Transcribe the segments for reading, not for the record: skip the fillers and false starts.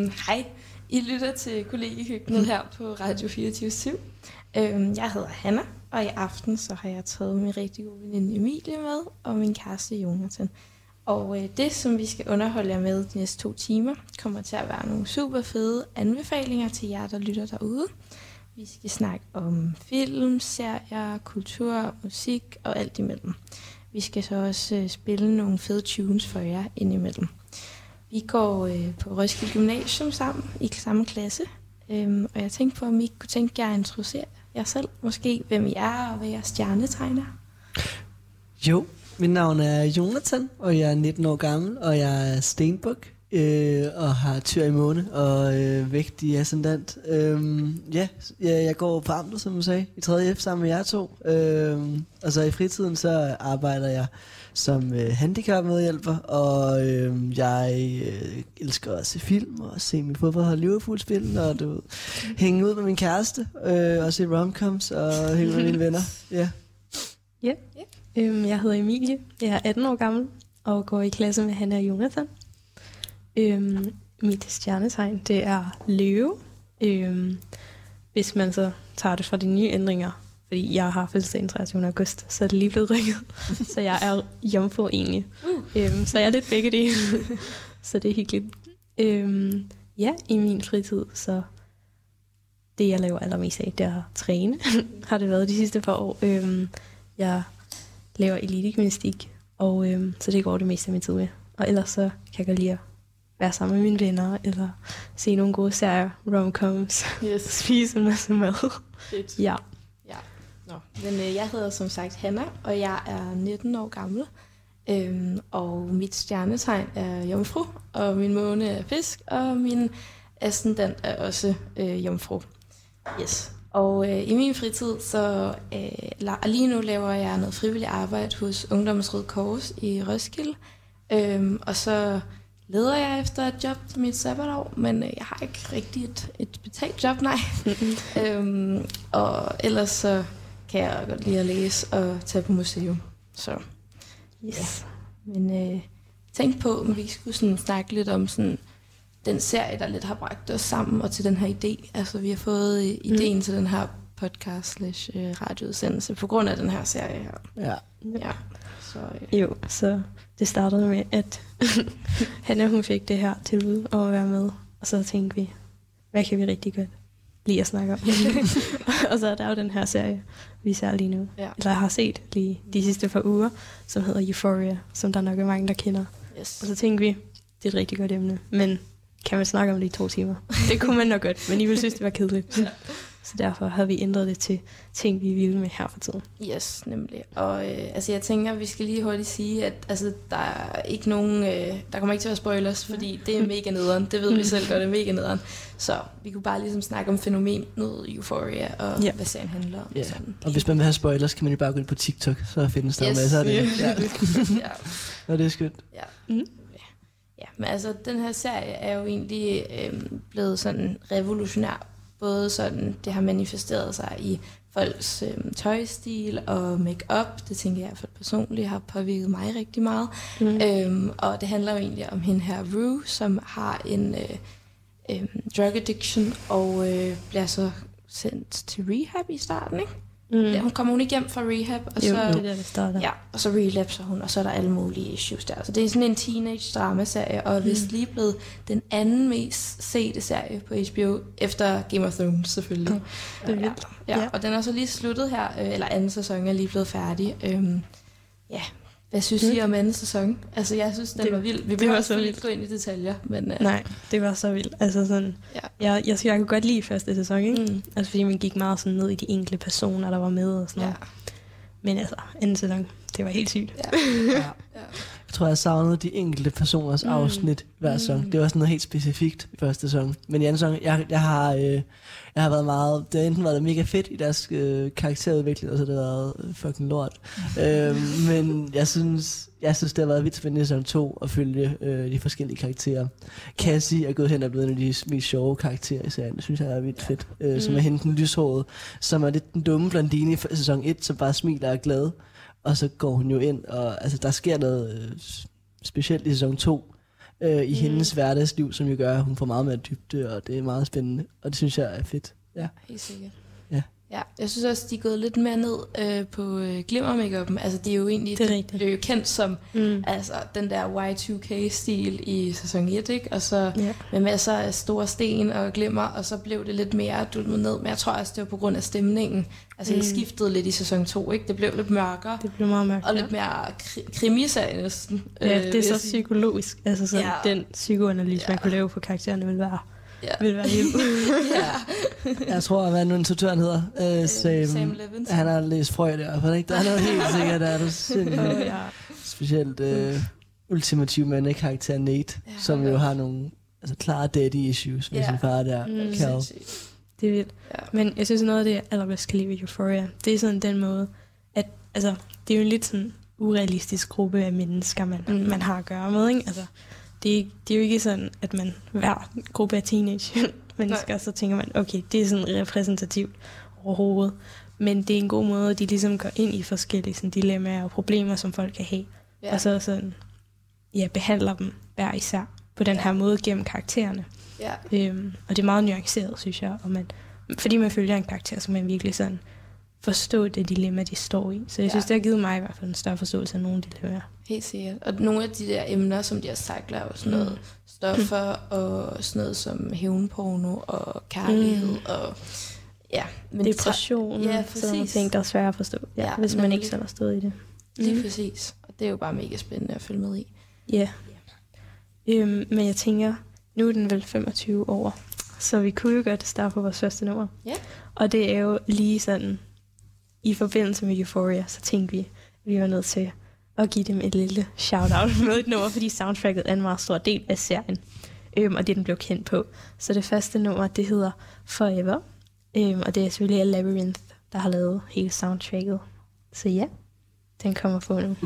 Hej, I lytter til kollegekøkkenet her på Radio 24/7. Jeg hedder Hanna, og i aften så har jeg taget min rigtig gode veninde Emilie med, og min kæreste Jonathan. Og det, som vi skal underholde jer med de næste 2 timer, kommer til at være nogle super fede anbefalinger til jer, der lytter derude. Vi skal snakke om film, serier, kultur, musik og alt imellem. Vi skal så også spille nogle fede tunes for jer indimellem. Vi går på Roskilde Gymnasium sammen i samme klasse, og jeg tænkte på, om I kunne tænke jer at introducere jer selv. Måske hvem I er og hvad jeres stjernetegn er. Jo, mit navn er Jonathan, og jeg er 19 år gammel, og jeg er stenbuk og har tyr i måne og vægt i ascendant. Jeg går på amtet, som du sagde, i 3. F sammen med jer 2. Og så i fritiden så arbejder jeg som handicapmedhjælper, og jeg elsker at se film og se min fodboldhold Liverpool spille, og hænge ud med min kæreste og se romcoms og hænge med mine venner. Ja. Jeg hedder Emilie, jeg er 18 år gammel og går i klasse med Hanna og Jonathan. Mit stjernetegn, det er løve, hvis man så tager det fra de nye ændringer, fordi jeg har fødselsdag den 23. august, så er det lige blevet rykket, så jeg er jomfru egentlig. Så jeg er lidt begge dele, så det er hyggeligt. I min fritid, så det jeg laver allermest af, det er at træne, har det været de sidste par år. Jeg laver elitegymnastik, og så det går det meste af min tid med. Og ellers så kan jeg godt lide at være sammen med mine venner, eller se nogle gode serier, romcoms, spise en masse mad. Fedt. Ja. Men jeg hedder som sagt Hanna, og jeg er 19 år gammel. Og mit stjernetegn er jomfru, og min måne er fisk, og min ascendant er også jomfru. Yes. Og i min fritid, så lige nu laver jeg noget frivilligt arbejde hos Ungdommens Røde Kors i Roskilde. Og så leder jeg efter et job til mit sabbatår, men jeg har ikke rigtig et betalt job, nej. Og ellers så kan jeg godt lide at læse og tage på museum. Så Yes. ja. Men tænk på, om vi skulle sådan snakke lidt om sådan den serie, der lidt har bragt os sammen, og til den her idé. Altså, vi har fået ideen til den her podcast/radioudsendelse på grund af den her serie her. Ja. Så det startede med, at Hanna, hun fik det her tilbud om at være med, og så tænkte vi, hvad kan vi rigtig godt lide at snakke om? Og så er der jo den her serie, vi ser lige nu, eller jeg har set lige de sidste par uger, som hedder Euphoria, som der nok er mange, der kender. Yes. Og så tænkte vi, det er et rigtig godt emne, men kan man snakke om det i 2 timer? Det kunne man nok godt, men I ville synes, det var kedeligt. Så derfor havde vi ændret det til ting, vi ville med her for tiden. Yes, nemlig. Og jeg tænker, at vi skal lige hurtigt sige, at der er ikke nogen, der kommer ikke til at være spoilers, fordi det er mega nederen. Det ved vi selv godt, det er mega nederen. Så vi kunne bare ligesom snakke om fænomenet Euphoria, og hvad serien handler om. Yeah. Og hvis man vil have spoilers, kan man jo bare gå ind på TikTok, så findes der masser af det. Ja. Og det er skønt. Ja, men altså, den her serie er jo egentlig blevet sådan revolutionær. Både sådan, det har manifesteret sig i folks tøjstil og make-up. Det tænker jeg i hvert fald personligt har påvirket mig rigtig meget. Og det handler jo egentlig om hende her, Rue, som har en drug addiction og bliver så sendt til rehab i starten, ikke? Ja, hun kommer igennem fra rehab, og så, det starter. Ja, og så relapser hun, og så er der alle mulige issues der. Så det er sådan en teenage-dramaserie, og vist lige blevet den anden mest sete serie på HBO, efter Game of Thrones selvfølgelig. Ja, og den er så lige sluttet her, eller anden sæson er lige blevet færdig. Hvad synes I om anden sæson? Altså, jeg synes, den var vild. Vi behøver selvfølgelig ikke gå ind i detaljer, men... Nej, det var så vildt. Altså sådan... Ja. Jeg kunne godt lide første sæson, ikke? Altså, fordi man gik meget sådan ned i de enkelte personer, der var med og sådan noget. Men altså, anden sæson, det var helt sygt. Ja. Jeg tror, jeg savnede de enkelte personers afsnit hver sæson. Det var sådan noget helt specifikt i første sæson. Men i anden sæson, jeg har været meget... Det har enten været mega fedt i deres karakterudvikling, og så har det været fucking lort. Men jeg synes, det har været vildt spændende i sæson 2 at følge de forskellige karakterer. Cassie er gået hen og blevet en af de mest sjove karakterer i serien. Det synes jeg er vildt fedt. Som er hende den lyshårede, som er lidt den dumme blondine i sæson 1, som bare smiler og er glad. Og så går hun jo ind, og altså, der sker noget specielt i sæson 2, i hendes hverdagsliv, som jo gør, at hun får meget mere dybde, og det er meget spændende, og det synes jeg er fedt. Ja. Helt sikkert. Ja. Ja, jeg synes også, de er gået lidt mere ned på glimmer-makeupen. Altså, det er jo egentlig det er jo kendt som altså, den der Y2K-stil i sæson 1, ikke? Og så med masser af store sten og glimmer, og så blev det lidt mere dulmet ned. Men jeg tror også, det var på grund af stemningen. Altså, det skiftede lidt i sæson 2, ikke? Det blev lidt mørkere. Det blev meget mørkere. Og lidt mere krimiserie næsten. Ja, det er så psykologisk. Altså, sådan, den psykoanalyse, man kunne lave på karaktererne, vil være helt Jeg tror, hvad nu instruktøren hedder, Sam Levinson. Han har læst Freud der, for ikke? Der er noget helt sikkert, der er du sindssygt. Specielt ultimativ mandekarakter Nate, som jo har nogle klare daddy issues med sin far der, Cal. Det er vildt. Ja. Men jeg synes, noget af det, jeg allerbedst kan lide ved Euphoria, det er sådan den måde, at altså, det er jo en lidt sådan urealistisk gruppe af mennesker, man har at gøre med, ikke? Altså, det er jo ikke sådan, at man hver gruppe af teenage-mennesker, så tænker man, okay, det er sådan repræsentativt overhovedet. Men det er en god måde, at de ligesom går ind i forskellige sådan, dilemmaer og problemer, som folk kan have. Ja. Og så sådan, behandler dem hver især på den her måde gennem karaktererne. Ja. Og det er meget nuanceret, synes jeg. Og fordi man følger en karakter, så man virkelig sådan forstå det dilemma, de står i. Så jeg synes, det har givet mig i hvert fald en større forståelse af nogle dilemmaer. Helt sikkert. Og nogle af de der emner, som de har sagt, er jo sådan noget stoffer og sådan noget som hævnporno og kærlighed og depression. Ja, sådan nogle ting, der er svære at forstå, hvis man ikke selv har stået i det. Lige præcis. Og det er jo bare mega spændende at følge med i. Ja. Men jeg tænker, nu er den vel 25 år, så vi kunne jo godt starte på vores første nummer. Ja. Og det er jo lige sådan, i forbindelse med Euphoria, så tænkte vi var nødt til at give dem et lille shout-out med et nummer, fordi soundtracket er en meget stor del af serien, og det den blev kendt på. Så det første nummer, det hedder Forever, og det er selvfølgelig Labyrinth, der har lavet hele soundtracket. Så ja, den kommer på nu.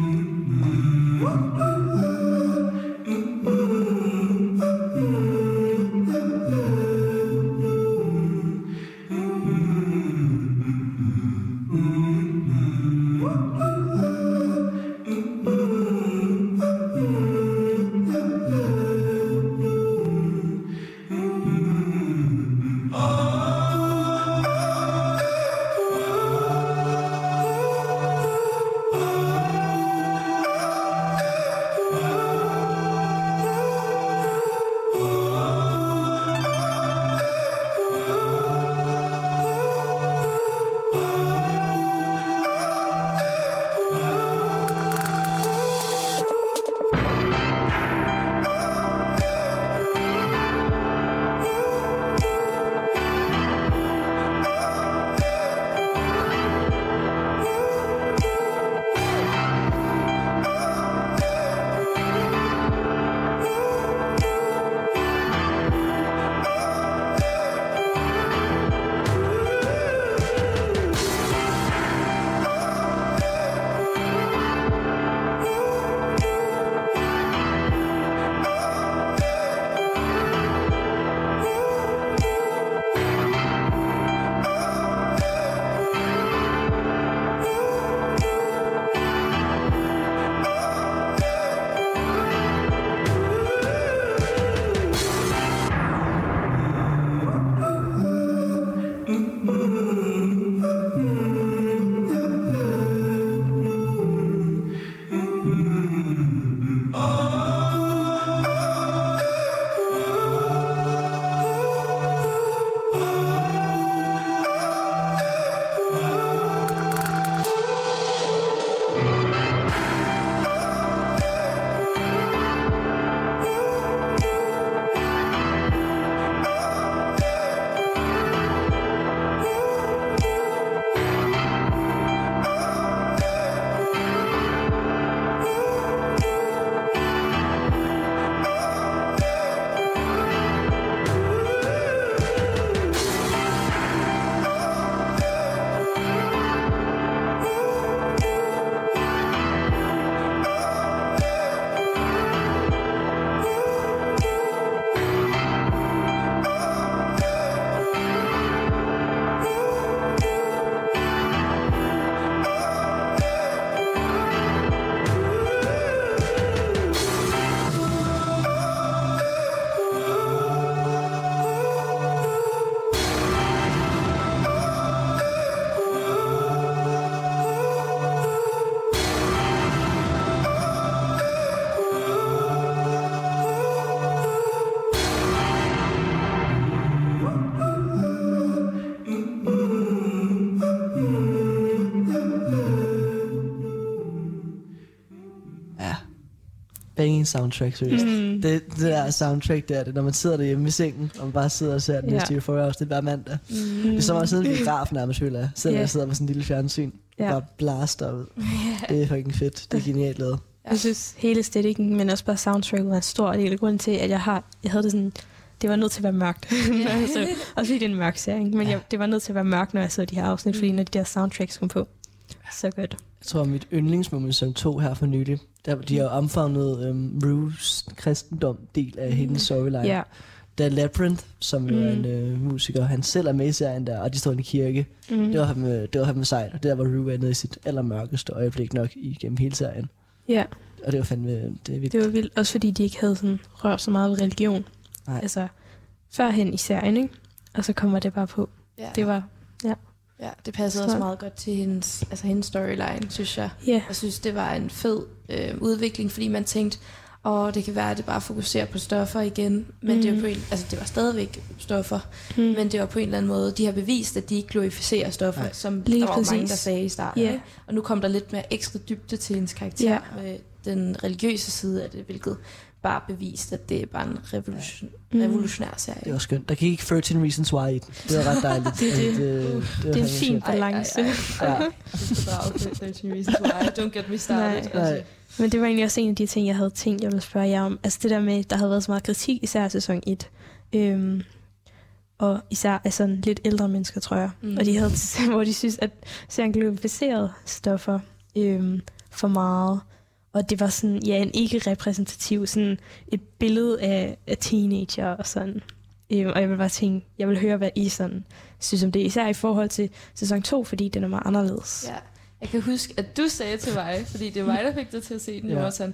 banging soundtrack, seriøst. Det der soundtrack der, det, når man sidder derhjemme i sengen, og man bare sidder og ser den næste Euphoria afsnit hver mandag. Det er så meget siden biograf nærmest, føler jeg. Selvom jeg sidder med sådan en lille fjernsyn, og bare blaster ud. Det er fucking fedt. Det er genialt lavet. Jeg synes, hele æstetikken, men også bare soundtracket var en stor del af grunden til, at jeg havde det sådan... Det var nødt til at være mørkt. Altså, også fordi det er en mørk serie, men det var nødt til at være mørkt, når jeg så de her afsnit, fordi når de der soundtracks kom på. Så godt. Jeg tror, mit yndlingsmoment som 2 her for nylig, der de har omfavnet Rues kristendom-del af hendes storyline. Ja. Der er Labyrinth, som jo er en musiker, han selv er med i serien der, og de står i en kirke. Det var ham med sejt, og der var Rue nede i sit allermørkeste øjeblik nok igennem hele serien. Ja. Og det var fandme... Det var vildt, også fordi de ikke havde sådan rørt så meget ved religion. Nej. Altså, førhen i serien, ikke? Og så kommer det bare på. Ja. Det var... Ja, det passede også meget godt til hendes storyline, synes jeg. Yeah. Jeg synes, det var en fed udvikling, fordi man tænkte, det kan være, at det bare fokuserer på stoffer igen. Men det var det var stadigvæk stoffer. Men det var på en eller anden måde, de har bevist, at de ikke glorificerer stoffer, som der var mange, der sagde i starten. Yeah. Og nu kom der lidt mere ekstra dybde til hendes karakter med den religiøse side af det, hvilket bare bevist, at det er bare en revolutionær serie. Det var skønt. Der gik ikke 13 Reasons Why i den. Det var ret dejligt. Det er en fin balance. Det skal drage til 13 Reasons Why. Don't get me started. Nej. Men det var egentlig også en af de ting, jeg havde tænkt, jeg ville spørge jer om. Altså det der med, der havde været så meget kritik, især sæson 1. Og især af sådan lidt ældre mennesker, tror jeg. Og de havde, hvor de synes, at serien glorificerede stoffer for meget. Og det var sådan, en ikke-repræsentativ, sådan et billede af teenager og sådan. Og jeg vil bare tænke, jeg vil høre, hvad I sådan synes om det. Især i forhold til sæson 2, fordi den er meget anderledes. Ja, jeg kan huske, at du sagde til mig, fordi det er mig, der fik dig til at se den, Jonathan.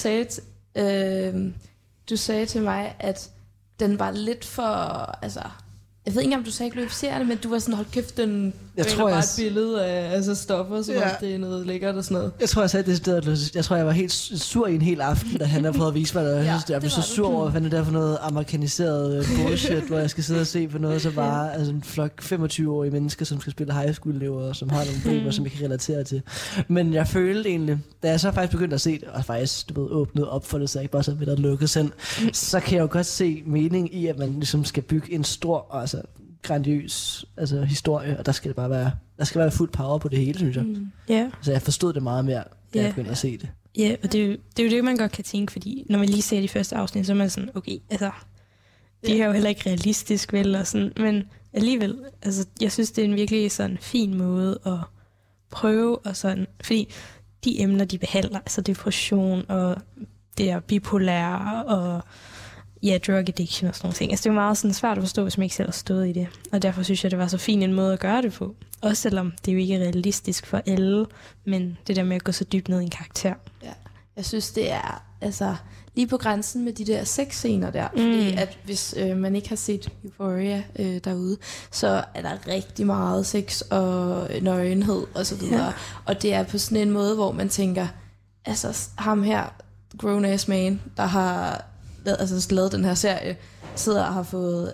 Du sagde til mig, at den var lidt for, altså... Jeg ved ikke, om du sagde glorificerende, men du var sådan, hold kæft, den bare et billede af stoffer, som om det er noget lækkert og sådan noget. Jeg tror, jeg sagde det stedet. Jeg tror, jeg var helt sur i en hel aften, da han har prøvet at vise mig det. Jeg blev så sur over, hvad det der for noget amerikaniseret bullshit, hvor jeg skal sidde og se på noget, så bare altså en flok 25-årige mennesker, som skal spille high school-elever, som har nogle problemer, som jeg kan relatere til. Men jeg følte egentlig, da jeg så faktisk begyndte at se det, og faktisk åbnet op for det, så jeg ikke bare så ved at lukke selv, så kan jeg jo godt se mening i, at man ligesom skal bygge en stor, altså grandiøs historie, og der skal være fuld power på det hele, synes jeg. Så jeg forstod det meget mere, da jeg begyndte at se det. Ja, og det er jo det, man godt kan tænke, fordi når man lige ser de første afsnit, så er man sådan, okay, altså, det er jo heller ikke realistisk, vel, og sådan, men alligevel, altså, jeg synes, det er en virkelig sådan fin måde at prøve, og sådan, fordi de emner, de behandler, altså depression, og det er bipolære, og drug addiction og sådan nogle ting. Altså, det er meget sådan svært at forstå, hvis man ikke selv har stået i det. Og derfor synes jeg, det var så fin en måde at gøre det på. Også selvom det jo ikke er realistisk for alle, men det der med at gå så dybt ned i en karakter. Ja, jeg synes, det er altså lige på grænsen med de der sexscener der. Fordi at hvis man ikke har set Euphoria derude, så er der rigtig meget sex og nøgenhed og så videre. Ja. Og det er på sådan en måde, hvor man tænker, altså ham her, grown-ass man, der har lavet den her serie, sidder og har fået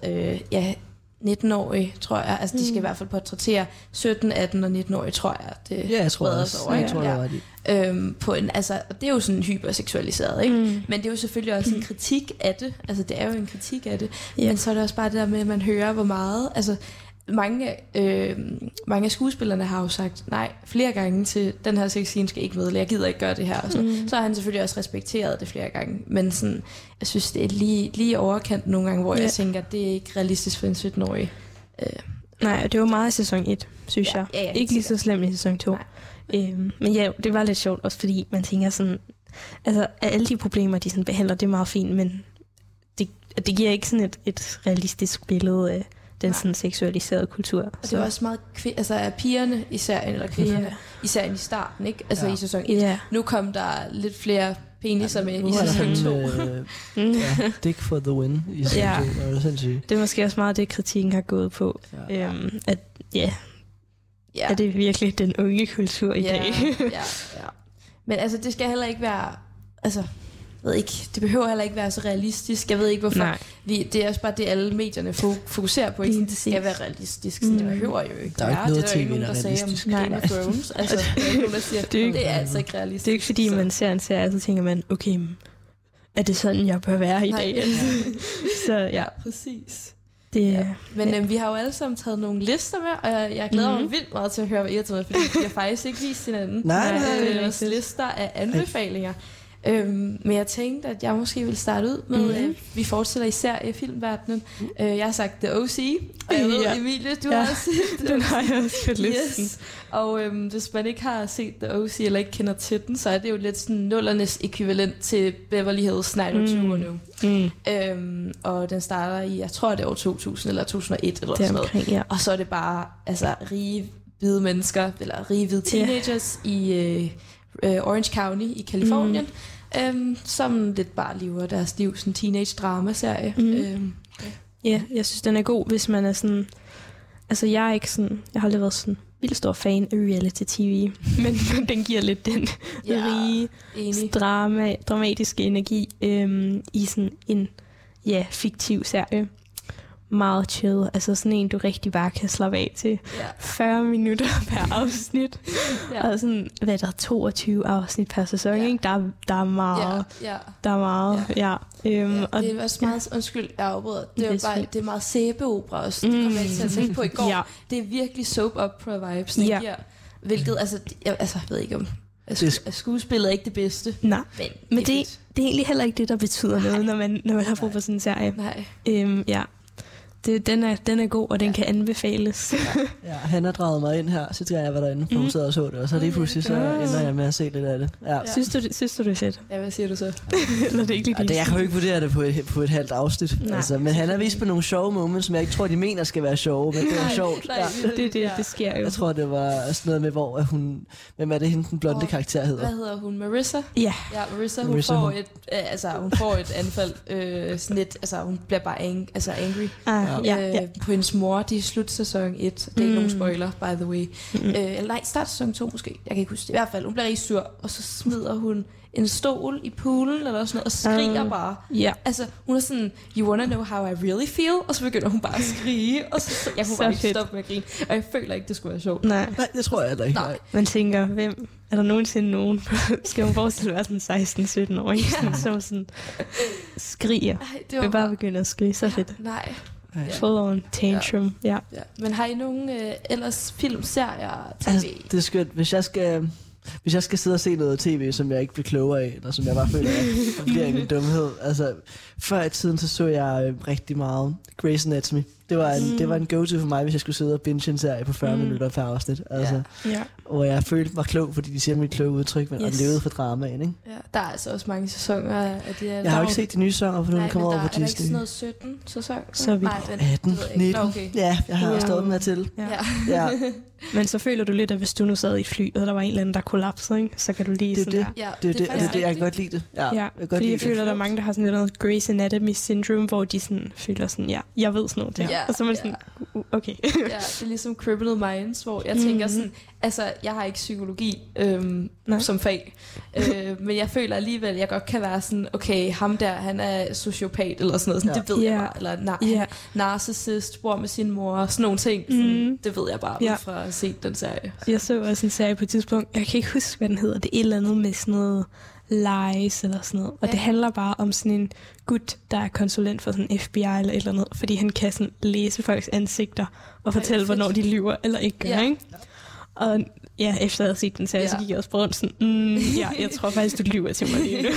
19-årige, tror jeg. Altså, de skal i hvert fald portrættere 17, 18 og 19-årige, tror jeg. Det jeg tror også. Over, jeg tror, det var på en, altså, det er jo sådan hyperseksualiseret, ikke? Men det er jo selvfølgelig også en kritik af det. Altså, det er jo en kritik af det. Men så er det også bare det der med, at man hører, hvor meget... Altså, mange af skuespillerne har jo sagt nej flere gange til, den her sexscene skal ikke med, eller jeg gider ikke gøre det her. Og så har han selvfølgelig også respekteret det flere gange. Men sådan, jeg synes, det er lige overkant nogle gange, hvor jeg tænker, det er ikke realistisk for en 17-årig. Nej, det var meget i sæson 1, synes jeg. Ja, ikke lige så slemt i sæson 2. Men ja, det var lidt sjovt, også fordi man tænker sådan, altså alle de problemer, de sådan behandler, det er meget fint, men det giver ikke sådan et realistisk billede af den sådan seksualiserede kultur. Og det var også meget af pigerne i serien, eller kvinderne i serien i starten, ikke? Altså i sæson 1. Nu kom der lidt flere peniser med i sæson 2. Dick for the win i sæson 2. Det er måske også meget det, kritikken har gået på. Er det virkelig den unge kultur i dag? Men altså, det skal heller ikke være... Altså, jeg ved ikke, det behøver heller ikke være så realistisk. Jeg ved ikke, hvorfor. Det er også bare det, alle medierne fokuserer på. Ikke? Det skal være realistisk. Så det behøver jo ikke. Der er ikke noget tv, der er realistisk. Det er Game of Thrones. Altså, der er ikke nogen, der siger, det er altså ikke realistisk. Det er ikke fordi, man ser en serie, så tænker man, okay, er det sådan, jeg bør være i dag? Så ja, præcis. det... Men vi har jo alle sammen taget nogle lister med, og jeg glæder mig vildt meget til at høre, hvad I har taget med, fordi vi har faktisk ikke vist hinanden. Vores lister af anbefalinger. Men jeg tænkte, at jeg måske vil starte ud med, vi fortsætter især i filmverdenen. Jeg har sagt The O.C., og jeg ved, Emilie, du har også set den har jeg også på listen. Yes. Og hvis man ikke har set The O.C. eller ikke kender til den, så er det jo lidt sådan nullernes ekvivalent til Beverly Hills 90210. Og den starter i, jeg tror det er år 2000 eller 2001 eller sådan noget. Ja. Og så er det bare altså rige hvide mennesker, eller rige hvide teenagers i Orange County i Californien, som lidt bare lever deres liv, sådan en teenage-drama-serie. Ja, jeg synes, den er god, hvis man er sådan... Altså, jeg er ikke sådan... Jeg har aldrig været sådan vildt stor fan af reality-tv, men den giver lidt den rige, dramatiske energi i sådan en fiktiv serie. Meget chill, altså sådan en, du rigtig bare kan slappe af til. 40 minutter per afsnit. Og sådan, hvad der er 22 afsnit per sæson, ikke? Der er meget. Der er meget, og det er også meget, undskyld, jeg afbryder. Det er meget sæbeopera også. Det kommer jeg til at tænke på i går. Det er virkelig soap opera vibes, den giver. Hvilket, jeg ved ikke om... skuespillet er ikke det bedste. Nej, men det er egentlig heller ikke det, der betyder noget, når man har brug for sådan en serie. Nej. Den er god, og den kan anbefales. Han har draget mig ind her, så tror jeg var derinde, for hun sad og så det, og så lige pludselig så ender jeg med at se lidt af det. Synes du, det er fedt? Ja, hvad siger du så? Eller det er ikke lige jeg kan jo ikke vurdere det på et halvt afsnit. Altså, men han har vist på nogle sjove moments, som jeg ikke tror, de mener skal være sjove, men det er sjovt. Det sker jo. Jeg tror, det var sådan noget med, hvor hun... Hvem er det, hende den blonde karakter hedder? Hvad hedder hun? Marissa? Ja. Ja, Marissa, hun får et anfald. Sådan lidt, hun bliver bare angry. På hendes mor, det er slut sæson 1. Det er ikke nogen spoiler, by the way. Eller nej, start sæson 2 måske. Jeg kan ikke huske det. I hvert fald, hun bliver rigtig sur, og så smider hun en stol i poolen eller sådan noget, og skriger bare. Altså, hun er sådan, you wanna know how I really feel? Og så begynder hun bare at skrige, og så jeg kunne bare ikke stoppe med at grine. Og jeg føler ikke, det skulle være sjovt. Nej, det tror jeg heller ikke. Nej. Man tænker, hvem... Er der nogensinde nogen, skal hun forestille at være sådan 16-17 år, som sådan skriger? Det var bare begynde at skrige, så fedt. Nej. Full on tantrum. Ja. Men har I nogen ellers filmserier, tv? Altså, det er skønt. Hvis jeg skal sidde og se noget tv, som jeg ikke bliver klogere af, eller som jeg bare føler, at bliver en dumhed. Altså, før i tiden, så jeg rigtig meget Grey's Anatomy. Det var en go-to for mig, hvis jeg skulle sidde og binge en serie på 40 minutter per afsnit. Altså, og jeg følte mig klog, fordi de siger mit kloge udtryk, men og levede for dramaen, ikke? Ja, der er altså også mange sæsoner af det. Jeg har jo ikke set de nye sæsoner, for nu kommer over på Disney. Er der ikke sådan noget 17 sæsoner? Så vi 18, 19. Okay. Ja, jeg har også med til. Ja. Men så føler du lidt, at hvis du nu sad i fly, og der var en eller anden, der kollapsede, ikke? Så kan du lige det er det, jeg kan godt lide det. Fordi jeg føler, at der er mange, der har sådan noget Grey's Anatomy syndrome, hvor de sådan føler sådan, jeg ved sådan noget der. Og så er man sådan, okay. Det er ligesom Criminal Minds, hvor jeg tænker sådan, altså, jeg har ikke psykologi som fag, men jeg føler alligevel, at jeg godt kan være sådan, okay, ham der, han er sociopat, eller sådan noget, sådan, det ved jeg bare, eller narcissist, bor med sin mor, sådan nogle ting, sådan, det ved jeg bare, ud fra at se den serie. Jeg så også en serie på et tidspunkt, jeg kan ikke huske, hvad den hedder, det er et eller andet med sådan noget lies eller sådan noget, og det handler bare om sådan en gut, der er konsulent for sådan FBI eller et eller andet, fordi han kan sådan læse folks ansigter og fortælle, hvornår de lyver eller ikke gør, ikke? Og efter jeg havde set den serie, så gik jeg også på rundt sådan, jeg tror faktisk, du lyver til mig lige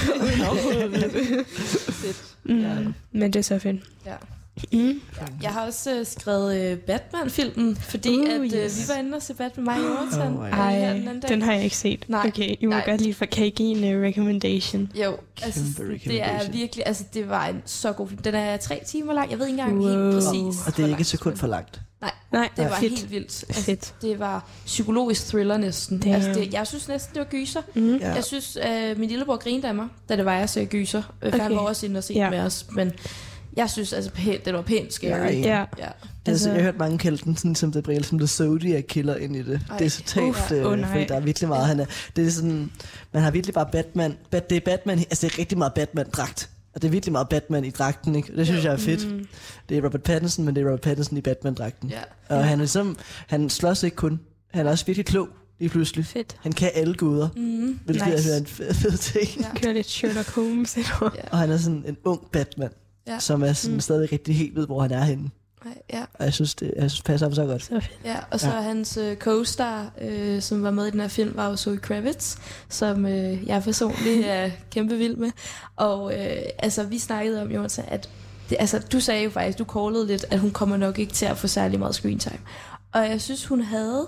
nu. Men det er så fint. Jeg har også skrevet Batman-filmen, fordi vi var inde og se Batman med Jonathan. Den har jeg ikke set. Okay, I må godt lige kan I give en recommendation? Jo, altså det er virkelig, altså det var en så god film. Den er 3 timer lang, jeg ved ikke engang helt præcis. Og det er ikke et sekund for langt. Nej, det var helt vildt. Altså, det var psykologisk thriller næsten. Altså, jeg synes næsten, det var gyser. Jeg synes, min lillebror grinede af mig, da det var, jeg så gyser. For han var også inde og se med os, men jeg synes altså, det var pænt scary. Altså, jeg har hørt mange kalde den sådan, som det bringer, som The Zodiac Killer ind i det. Det er totalt, fordi der er virkelig meget. Det er sådan, man har virkelig bare Batman. Det er Batman, altså det er rigtig meget Batman-dragt. Og det er virkelig meget Batman i dragten, ikke? Det synes jeg er fedt. Det er Robert Pattinson, men det er Robert Pattinson i Batman-dragten. Og han slås ikke kun. Han er også virkelig klog. lige pludselig. Fedt. Han kan alle guder, hvilket Nice. er en fed ting. Ja. Kører lidt Sherlock Holmes. Eller? Ja. Og han er sådan en ung Batman, som er sådan stadig rigtig helt ved, hvor han er henne. Ja. Og jeg synes, passer ham så godt. Så fedt. Ja, og så hans co-star, som var med i den her film, var jo Zoe Kravitz, som jeg personligt er kæmpe vild med. Og altså, vi snakkede om, Jonas, at du sagde jo faktisk, du callede lidt, at hun kommer nok ikke til at få særlig meget screen time. Og jeg synes, hun havde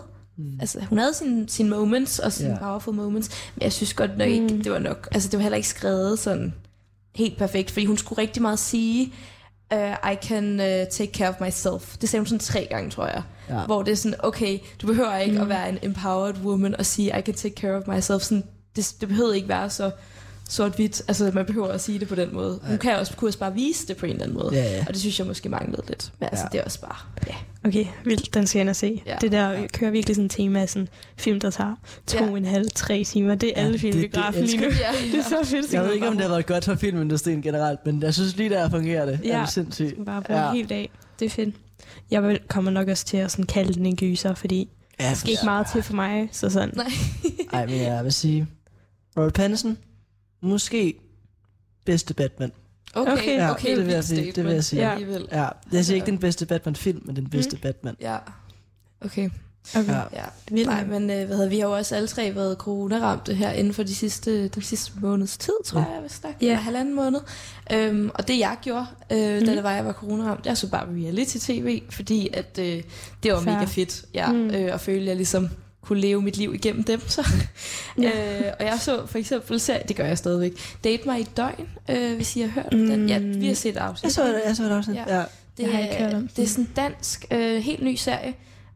sine moments og sine powerful moments, men jeg synes godt nok ikke, det var nok. Altså, det var heller ikke skrevet sådan helt perfekt, fordi hun skulle rigtig meget sige, I can take care of myself. Det sagde hun sådan 3 gange, tror jeg. Ja. Hvor det er sådan, okay, du behøver ikke at være en empowered woman og sige, I can take care of myself. Sådan, det behøver ikke være så sort-hvidt. Altså, man behøver at sige det på den måde. Hun kunne også bare vise det på en eller anden måde. Ja. Og det synes jeg måske manglede lidt. Men altså, det er også bare, Okay, vildt, den skal jeg ind og se. Ja. Det der kører virkelig sådan en tema, sådan film, der tager 2,5-3 timer. Det er alle film i biografen lige nu. Det er så fedt. Jeg ved ikke, om det har været godt for filmindustrien generelt, men jeg synes lige, der fungerer det. Ja, er det sindssygt. Bare bruge en hel dag. Det er fedt. Jeg kommer nok også til at sådan kalde den en gyser, fordi der skal ikke meget til for mig. Så sådan. Nej, men jeg vil sige, Robert Pattinson, måske bedste Batman. Okay, det vil jeg sige. Det vil jeg sige. Ja. Jeg siger ikke den bedste Batman-film, men den bedste Batman. Ja, okay. Ja. Nej, men vi har jo også alle 3 været corona-ramte her inden for den sidste måneds tid, tror jeg, hvis der var 1,5 måned. Og det jeg gjorde, da jeg var corona-ramt, jeg så bare reality-tv, fordi at det var mega fedt, og følte, at jeg ligesom kunne leve mit liv igennem dem. Så. Og jeg så for eksempel, det gør jeg stadigvæk, Date mig i et døgn, hvis I har hørt den. Ja, vi har set afsnit. Jeg så det også. Ja. Det er sådan en dansk, helt ny serie,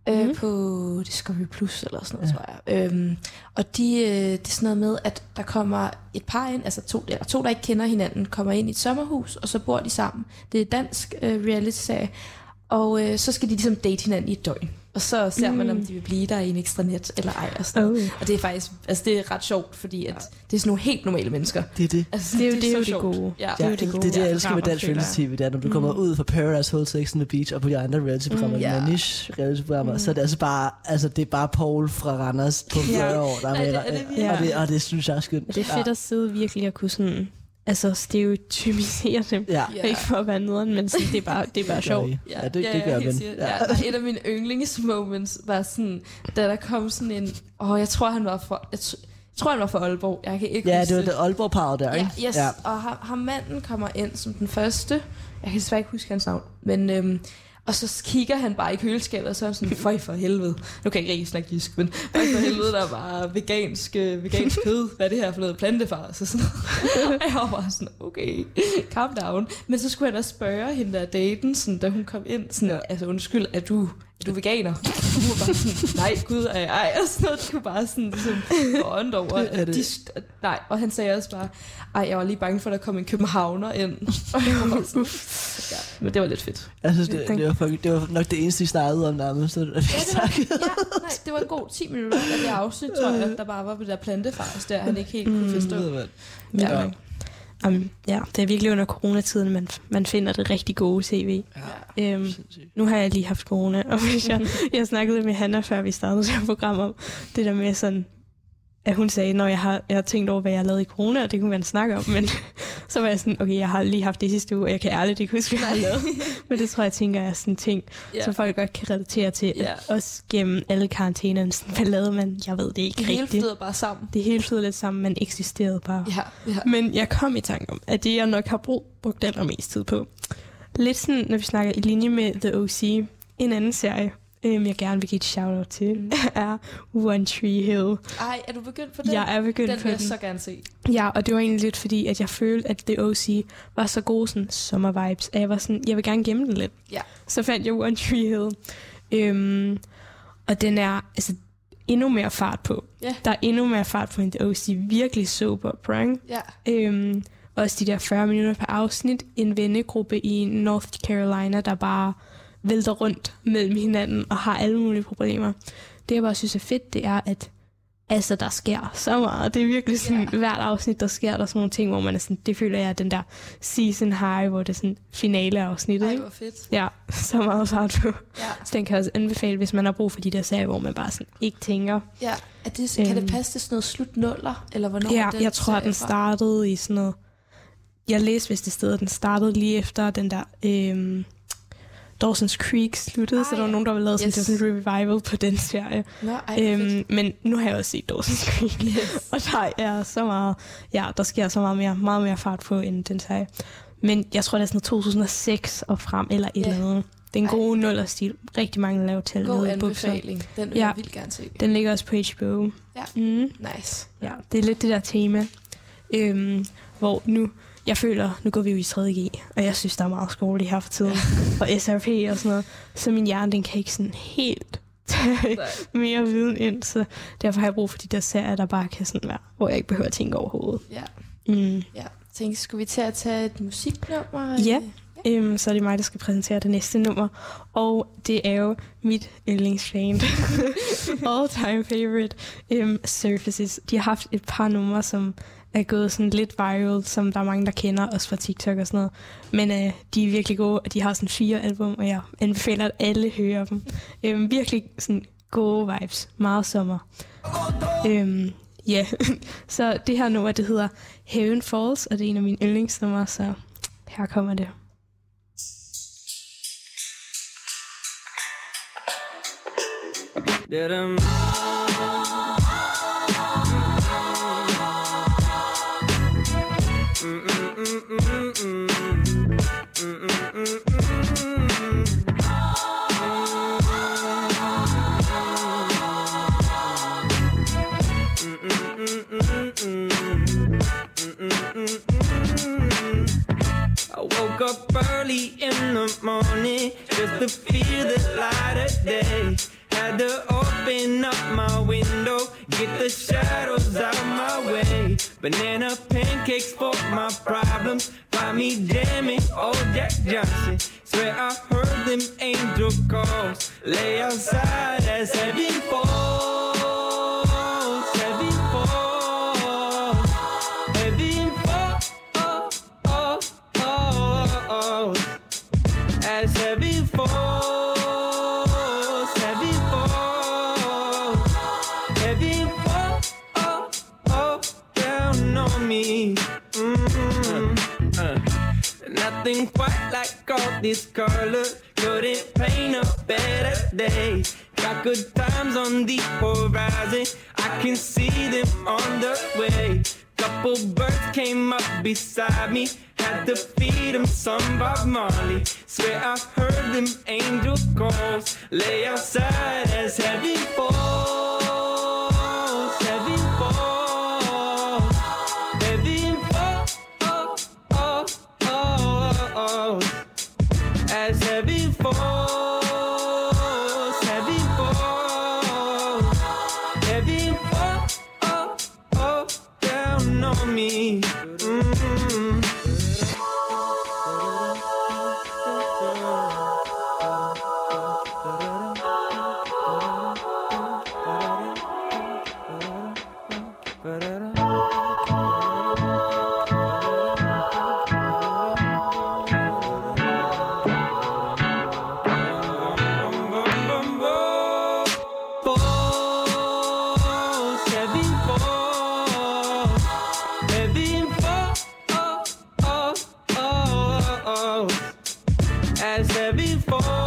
på Discovery Plus eller sådan noget, tror jeg. Og det er sådan noget med, at der kommer et par ind, altså to, der ikke kender hinanden, kommer ind i et sommerhus, og så bor de sammen. Det er et dansk reality-serie, og så skal de ligesom date hinanden i et døgn. Og så ser man, om de vil blive der i en ekstra net eller ej. Og, og det er faktisk, altså det er ret sjovt, fordi at det er sådan nogle helt normale mennesker. Det er det. Altså, det er jo det gode. Ja. Det er det, jeg elsker med dansk reality-tv. Det er, når du kommer ud fra Paradise Hotel, Sex and the Beach og på de andre reality-programmer, Manish reality-programmer, så er det altså bare, det er bare Paul fra Randers på 40 år, der er med. Og det synes jeg er skønt. Det er fedt at sidde virkelig og kunne sådan stereotypisere dem. Ikke for at være nederen, men sådan, det er bare sjovt. Ja, det gør man. Et af mine yndlingsmoments var sådan, da der kom sådan en, jeg tror han var fra Aalborg. Jeg kan ikke huske det var det Aalborg-parret der, ikke? Yes. Og ham manden kommer ind som den første. Jeg kan desværre ikke huske hans navn, men og så kigger han bare i køleskabet, og så er han sådan, føj for helvede. Nu kan jeg ikke rigtig snakke jysk, men føj for helvede, der var vegansk kød. Hvad er det her for noget? Plantefar? Så sådan noget. Jeg var bare sådan, okay, calm down. Men så skulle han også spørge hende der daten, sådan, da hun kom ind, sådan, altså undskyld, er du veganer? Og hun var bare sådan, nej, gud, ej, og sådan noget. De kunne bare sådan gå ånd over. Nej, og han sagde også bare, jeg var lige bange for, at der kom en københavner ind. Og jeg var sådan, men det var lidt fedt. Jeg synes, det var nok det eneste, vi snakkede om nærmest. Det var en god 10 minutter af det afsnit, tror jeg, der bare var på det der plantefars, der han ikke helt kunne forstå. Det er virkelig under coronatiden, man finder det rigtig gode tv. Nu har jeg lige haft corona, og jeg snakkede med Hanna, før vi startede det her program om det der med sådan, at hun sagde, når jeg har tænkt over, hvad jeg har lavet i corona, og det kunne man snakke om, men så var jeg sådan, okay, jeg har lige haft det sidste uge, og jeg kan ærligt ikke huske, hvad jeg har lavet. Men det tror jeg, tænker er sådan en ting, som folk godt kan relatere til. Også gennem alle karantænerne, sådan, hvad lavede man? Jeg ved det ikke rigtigt. Det hele flyder bare sammen. Det hele flyder lidt sammen, man eksisterede bare. Men jeg kom i tanke om, at det jeg nok har brugt allermest tid på, lidt sådan, når vi snakker i linje med The O.C., en anden serie, jeg gerne vil give et shout-out til, er One Tree Hill. Ej, er du begyndt på den? Jeg er begyndt på den. Den vil jeg så gerne se. Ja, og det var egentlig lidt fordi, at jeg følte, at The O.C. var så gode sådan sommer-vibes, at jeg var sådan, jeg vil gerne gemme den lidt. Ja. Så fandt jeg One Tree Hill. Og den er altså endnu mere fart på. Yeah. Der er endnu mere fart på end The O.C. Virkelig sober opera. Yeah. Også de der 40 minutter per afsnit. En vennegruppe i North Carolina, der bare vælter rundt mellem hinanden og har alle mulige problemer. Det jeg bare synes er fedt, det er, at Altså, der sker så meget. Det er virkelig sådan, hvert afsnit, der sker der sådan nogle ting, hvor man er sådan, det føler jeg er den der season high, hvor det er sådan finaleafsnittet. Ej, hvor fedt. Ja, så meget fart på. Ja. Så den kan jeg også anbefale, hvis man har brug for de der serier, hvor man bare sådan ikke tænker. Ja, kan det passe til sådan noget slutnuller? Eller hvornår Ja, den jeg tror, at den startede i sådan noget. Jeg læste vist det sted, at den startede lige efter den der Dawson's Creek sluttede, så der var nogen, der ville lave sådan en revival på den serie. Men nu har jeg også set Dawson's Creek, og der er så meget, der sker så meget mere fart på end den serie. Men jeg tror, det er sådan 2006 og frem, eller et eller andet. Det er en god nullerstil. Rigtig mange laver til. God anbefaling. Den vil jeg vildt gerne se. Den ligger også på HBO. Ja, nice. Ja, det er lidt det der tema, hvor jeg føler, nu går vi jo i 3.G, og jeg synes, der er meget skole her for tiden, og SRP og sådan noget, så min hjerne, den kan ikke sådan helt tage mere viden ind, så derfor har jeg brug for de der serier, der bare kan sådan være, hvor jeg ikke behøver at tænke overhovedet. Ja. Tænkte, skulle vi til at tage et musiknummer? Ja. Så er det mig, der skal præsentere det næste nummer. Og det er jo mit yndlingsband. All time favorite. Surfaces. De har haft et par numre, som er gået sådan lidt viral, som der er mange, der kender, også fra TikTok og sådan noget. Men de er virkelig gode, og de har sådan 4 album, og jeg anbefaler, at alle hører dem. Virkelig sådan gode vibes. Meget sommer. Så det her nummer, det hedder Heaven Falls, og det er en af mine yndlingsnumre, så her kommer det. I woke up early in the morning just to feel the light of day. Had to open up my window, get the shadows out my way. Banana pancakes for my problems, got me jamming old Jack Johnson. Swear I heard them angel calls, lay outside as heaven falls, heaven falls, heaven falls, as heaven falls, heaven falls, heaven falls down on me. Nothing quite like all this color, couldn't paint a better day. Got good times on the horizon, I can see them on the way. Couple birds came up beside me, had to feed them some Bob Marley. Swear I heard them angel calls, lay outside as heaven falls, heaven falls, heaven falls, as heaven falls, heaven falls, heaven falls down on me. As heaven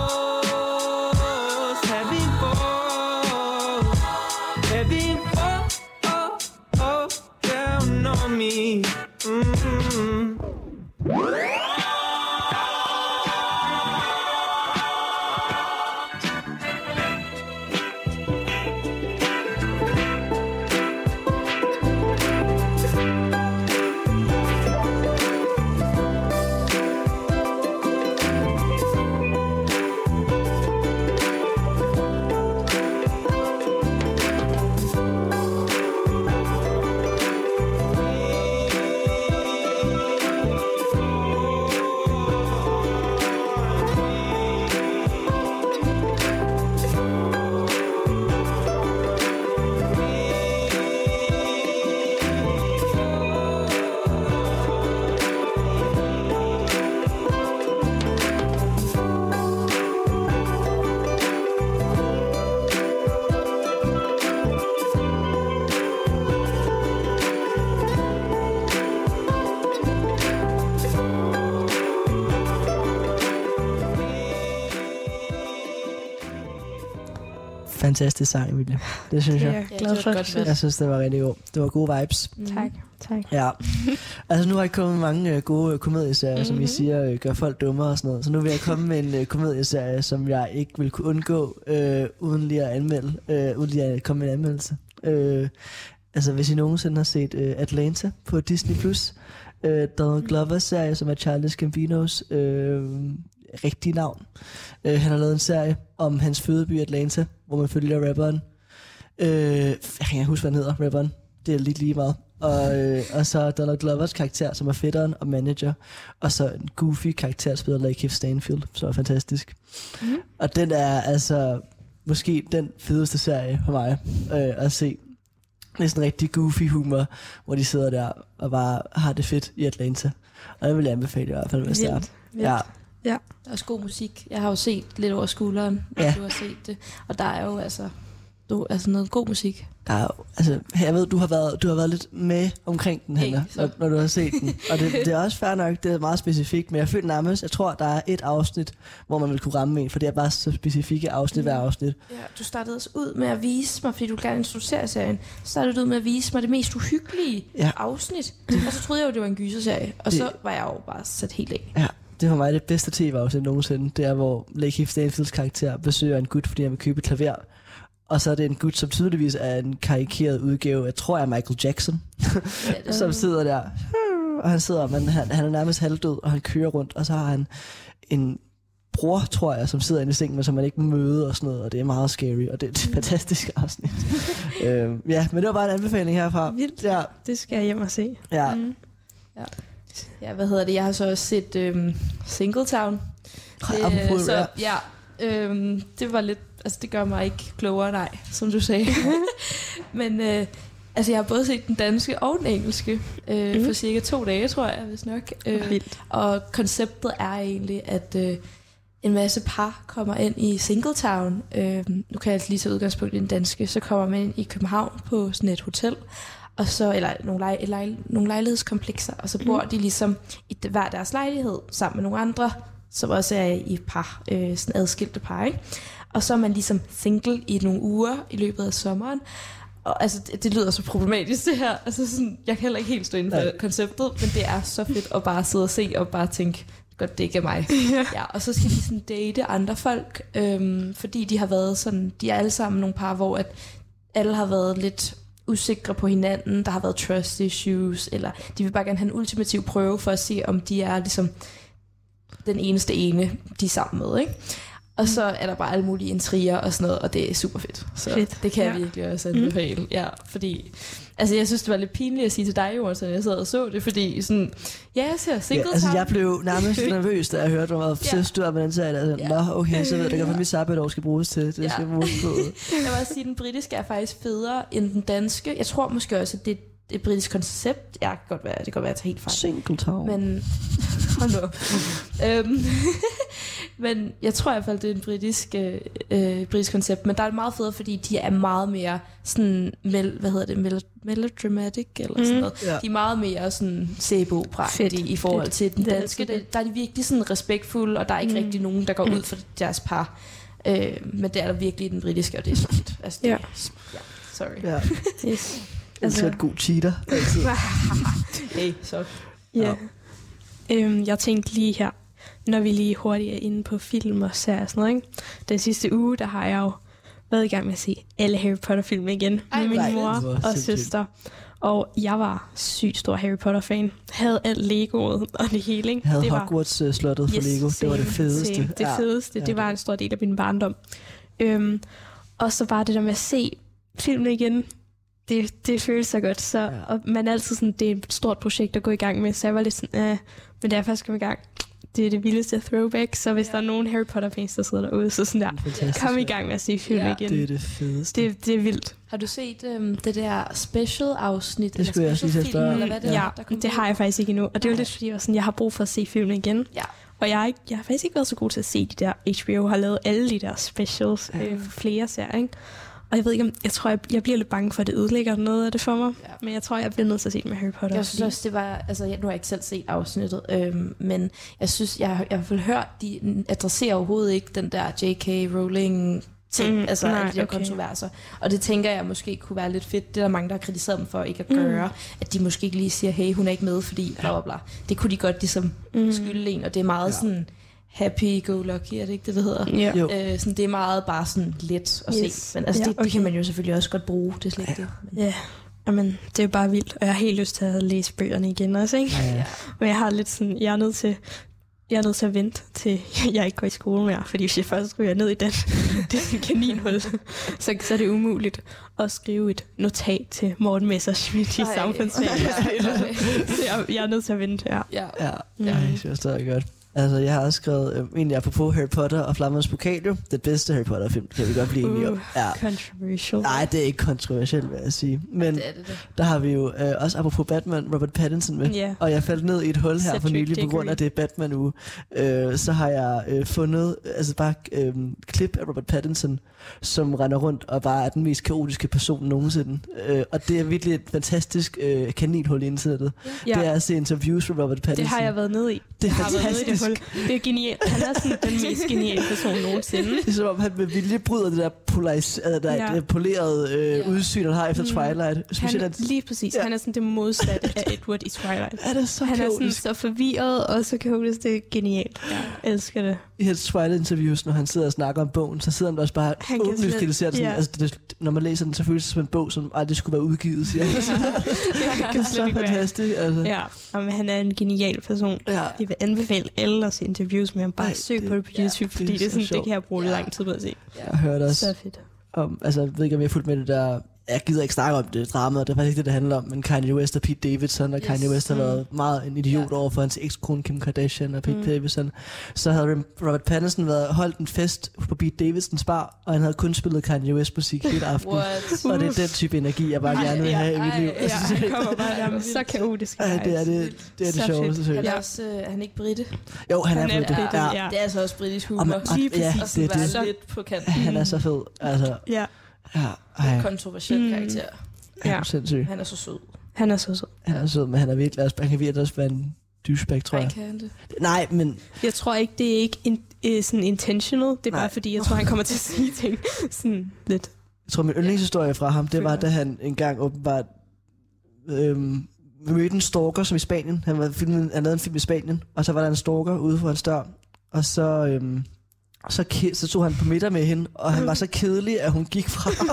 falls, heaven falls, heaven falls down on me. fantastisk sang, Emilie. Det synes jeg. Jeg er glad for, godt valg. Jeg synes, det var rigtig god. Det var gode vibes. Tak. Ja. Altså nu har jeg kommet med mange gode komedieserier, som I siger gør folk dummere og sådan noget. Så nu vil jeg komme med en komedieserie, som jeg ikke vil kunne undgå, uden lige at anmelde, uden lige at komme med en anmeldelse. Altså hvis I nogensinde har set Atlanta på Disney+, Donald Glovers serie, som er Childish Gambinos rigtige navn. Han har lavet en serie om hans fødeby Atlanta, hvor man følger rapperen. Jeg kan ikke huske, hvad han hedder, rapperen. Det er lige meget. Og så Donald Glovers karakter, som er fætteren og manager. Og så en goofy karakter, spiller Lakeith Stanfield, som er fantastisk. Og den er altså måske den fedeste serie for mig at se. Det er sådan en rigtig goofy humor, hvor de sidder der og bare har det fedt i Atlanta. Og det vil jeg anbefale i hvert fald med start. Ja. Der er også god musik. Jeg har jo set lidt over skulderen, når du har set det. Og der er jo altså noget god musik. Der er, altså, jeg ved, du har været lidt med omkring den her, når du har set den. Og det er også fair nok, det er meget specifikt, men jeg føler nærmest, jeg tror, der er et afsnit, hvor man vil kunne ramme en, for det er bare så specifikke afsnit hver afsnit. Ja, du startede også ud med at vise mig, fordi du gerne introducerer serien, startede du ud med at vise mig det mest uhyggelige afsnit. Og så troede jeg jo, det var en gyserserie, og så var jeg jo bare sat helt af. Ja. Det er for mig det bedste tv-afsnit nogensinde. Det er, hvor Lakeith Stanfields karakter besøger en gut, fordi han vil købe et klaver. Og så er det en gut, som tydeligvis er en karikeret udgave, jeg tror, er Michael Jackson, som sidder der. Og han sidder, men han er nærmest halvdød, og han kører rundt. Og så har han en bror, tror jeg, som sidder inde i sengen, som man ikke må møde og sådan noget. Og det er meget scary, og det er et fantastisk afsnit. Ja, men det var bare en anbefaling herfra. Vildt. Ja. Det skal jeg hjem og se. Ja. Ja, hvad hedder det? Jeg har så også set Singletown. Det var lidt, altså det gør mig ikke klogere, nej, som du sagde. Men altså jeg har både set den danske og den engelske for cirka 2 dage, tror jeg, hvis nok. Og konceptet er egentlig, at en masse par kommer ind i Singletown. Nu kan jeg lige tage udgangspunkt i den danske. Så kommer man ind i København på sådan et hotel, og så, eller nogle lejlighedskomplekser, og så bor de ligesom i hver deres lejlighed sammen med nogle andre, som også er i par, sådan adskilte par, ikke? Og så er man ligesom single i nogle uger i løbet af sommeren. Og altså, det lyder så problematisk det her. Altså sådan, jeg kan heller ikke helt stå inden for konceptet, men det er så fedt at bare sidde og se og bare tænke, godt, det ikke er mig. Ja, og så skal de sådan date andre folk, fordi de har været sådan, de er alle sammen nogle par, hvor at alle har været lidt usikre på hinanden, der har været trust issues, eller de vil bare gerne have en ultimativ prøve for at se, om de er ligesom den eneste ene, de er sammen med, ikke? Og så er der bare alle mulige intriger og sådan noget, og det er super fedt. Så fedt. Det kan jeg virkelig også anbefale. Ja, fordi altså jeg synes, det var lidt pinligt at sige til dig, Jonas, at jeg sad og så det, fordi sådan, jeg ser Singletown. Altså jeg blev nærmest nervøs, da jeg hørte, hvor meget stod med den serie. Nå, okay, så ved jeg, det kan for mit sabbatår skal bruges til. Det skal bruges på. Jeg vil også sige, at den britiske er faktisk federe end den danske. Jeg tror måske også, at det er et britisk koncept. Ja, det kan godt være, at jeg tager helt fejl. Singletown. Men hold nu. Men jeg tror i hvert fald, det er en britisk koncept. Men der er det meget federe, fordi de er meget mere sådan, melodramatic eller sådan noget. Ja. De er meget mere sådan sæbeopera i forhold til den danske. Der er de virkelig sådan respektfulde, og der er ikke rigtig nogen, der går ud for deres par. Men det er der virkelig i den britiske, og det er så fedt. Altså, sorry. Ja. Yes. Altså et god cheater. Hey, så. Ja. Jeg tænkte lige her, når vi lige hurtigt er inde på film og serier og sådan noget, ikke? Den sidste uge, der har jeg jo været i gang med at se alle Harry Potter-film igen med min mor og søster. Og jeg var sygt stor Harry Potter-fan. Havde alt Legoet og det hele, ikke? Havde Hogwarts-slottet for Lego. Det var det fedeste. Det fedeste, det var en stor del af min barndom. Og så bare det der med at se filmen igen, det føles så godt. Så, og man er altid sådan, det er et stort projekt at gå i gang med, så jeg var lidt sådan, men da jeg først kom i gang, det er det vildeste throwback, så hvis der er nogen Harry Potter-fans, der sidder derude, så sådan der, kom i gang med at se filmen igen. Det er det fedeste. Det er vildt. Har du set det der special-afsnit? Det skulle jeg sige til film, eller hvad det er? Ja, det har jeg faktisk ikke endnu, og det er jo lidt fordi, jeg har brug for at se filmen igen. Ja. Og jeg har faktisk ikke været så god til at se de der, HBO har lavet alle de der specials for flere serier, ikke? Og jeg ved ikke, jeg tror, jeg bliver lidt bange for, at det ødelægger noget af det for mig. Ja. Men jeg tror, jeg bliver nødt til at se det med Harry Potter. Jeg synes også, det var... Altså, nu har jeg ikke selv set afsnittet, men jeg synes, jeg har i hvert fald hørt, de adresserer overhovedet ikke den der J.K. Rowling ting, altså alle de her kontroverser. Og det tænker jeg måske kunne være lidt fedt. Det er der mange, der har kritiseret dem for ikke at gøre. At de måske ikke lige siger, hey, hun er ikke med, fordi bla bla bla. Det kunne de godt ligesom skylde en, og det er meget sådan happy-go-lucky, er det ikke det hedder? Yeah. Sådan, det er meget bare sådan let at se. Men altså, det kan man jo selvfølgelig også godt bruge, det er slet ikke det. Ja, men det er jo bare vildt, og jeg har helt lyst til at læse bøgerne igen også, ikke? Ja. Men jeg har lidt sådan, jeg er nødt til at vente til jeg ikke går i skole mere, fordi hvis jeg først ryger ned i det kaninhul, så er det umuligt at skrive et notat til Morten Messerschmidt i samfundsfag. Så jeg er nødt til at vente, Ja, jeg synes det er godt. Altså, jeg har også skrevet, egentlig apropos Harry Potter og Flammernes Pokal, jo. Det bedste Harry Potter-film, kan vi godt blive enige om. Ja. Controversial. Nej, det er ikke kontroversielt, vil jeg sige. Men det. Der har vi jo også apropos Batman, Robert Pattinson med. Yeah. Og jeg faldt ned i et hul her for nylig, på grund af det Batman-uge. Så har jeg fundet bare klip af Robert Pattinson, som render rundt og bare er den mest kaotiske person nogensinde. Og det er virkelig et fantastisk kaninhul i internettet. Det er at se interviews med Robert Pattinson. Det har jeg været nede i. Det er fantastisk. Det er genialt. Han er sådan den mest geniale person nogensinde. Det er som om, han med vilje bryder det der polerede udsyn, han har efter Twilight. Lige præcis. Han er sådan det modsatte af Edward i Twilight. Er det så han er sådan så forvirret, og så kaotisk. Det er genialt. Jeg elsker det. I hans Twilight-interviews, når han sidder og snakker om bogen, så sidder han også bare åbenlyst kritiseret. Når man læser den, så føles det som en bog, som aldrig skulle være udgivet, siger han. Det er så fantastisk. Altså. Ja, men han er en genial person. Ja. Jeg vil anbefale alle at se interviews med ham. Bare søg på det på YouTube, fordi det er sådan, det kan jeg bruge lang tid på at se. Jeg hørte også så fedt. Altså, jeg ved ikke, om jeg har fulgt med det der. Jeg gider ikke snakke om det drama, det er faktisk ikke det handler om, men Kanye West og Pete Davidson, og Kanye West har været meget en idiot over for hans ekskone Kim Kardashian og Pete Davidson. Så havde Robert Pattinson holdt en fest på Pete Davidsons bar, og han havde kun spillet Kanye West musik hele aftenen. Og det er den type energi, jeg bare gerne vil have i mit liv. Ja, han kommer bare der med så kaotisk. Det er det sjoveste. Han er også, er han ikke britte? Jo, han er britte. Ja. Det er altså også britisk humor. Og så være lidt på kanten. Han er så fed. Altså. Ja. Kontroversiel karakter. Ja, sindssygt. Han er så sød. Han er sød, men han er virkelig også, han kan virkelig også være en douchebag, tror jeg. Nej, kan han det? Nej, men jeg tror ikke, det er ikke sådan intentional. Det er bare fordi, jeg tror, han kommer til at sige ting sådan lidt. Jeg tror, min yndlingshistorie fra ham, det var, da han engang åbenbart mødte en stalker, som i Spanien. Han lavede en film i Spanien, og så var der en stalker ude for hans dør, og så tog han på middag med hende, og han var så kedelig, at hun gik fra ham.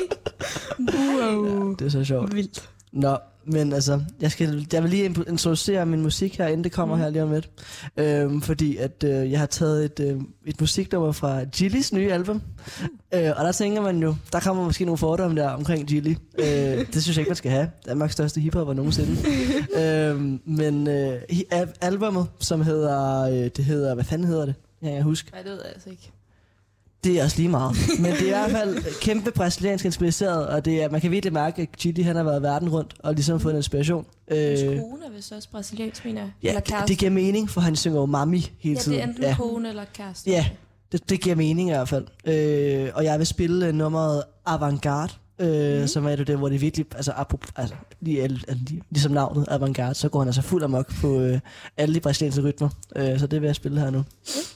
Wow. Ja, det er så sjovt. Vildt. Nå, men altså, jeg vil lige introducere min musik her, inden det kommer her lige om lidt. Fordi at jeg har taget et musiknummer fra Gillies nye album. Og der tænker man jo, der kommer måske nogle fordomme der omkring Gilly. Det synes jeg ikke, man skal have. Danmarks største hiphopper nogensinde. Men albumet, som hedder, hvad fanden hedder det? Ja, jeg husker. Nej, det ved jeg altså ikke. Det er også lige meget. Men det er i hvert fald kæmpe brasiliansk inspireret, og det er, man kan virkelig mærke, at Gilly, han har været verden rundt og ligesom fået en inspiration. Hans kone er vist også brasiliansk, mener jeg. Ja, eller det giver mening, for han synger jo mami hele tiden. Ja, det er enten kone eller kæreste. Ja, det giver mening i hvert fald. Og jeg vil spille nummeret Avantgarde, som er det, hvor det virkelig, ligesom navnet Avantgarde, så går han altså fuld amok på alle de brasilianske rytmer. Så det vil jeg spille her nu.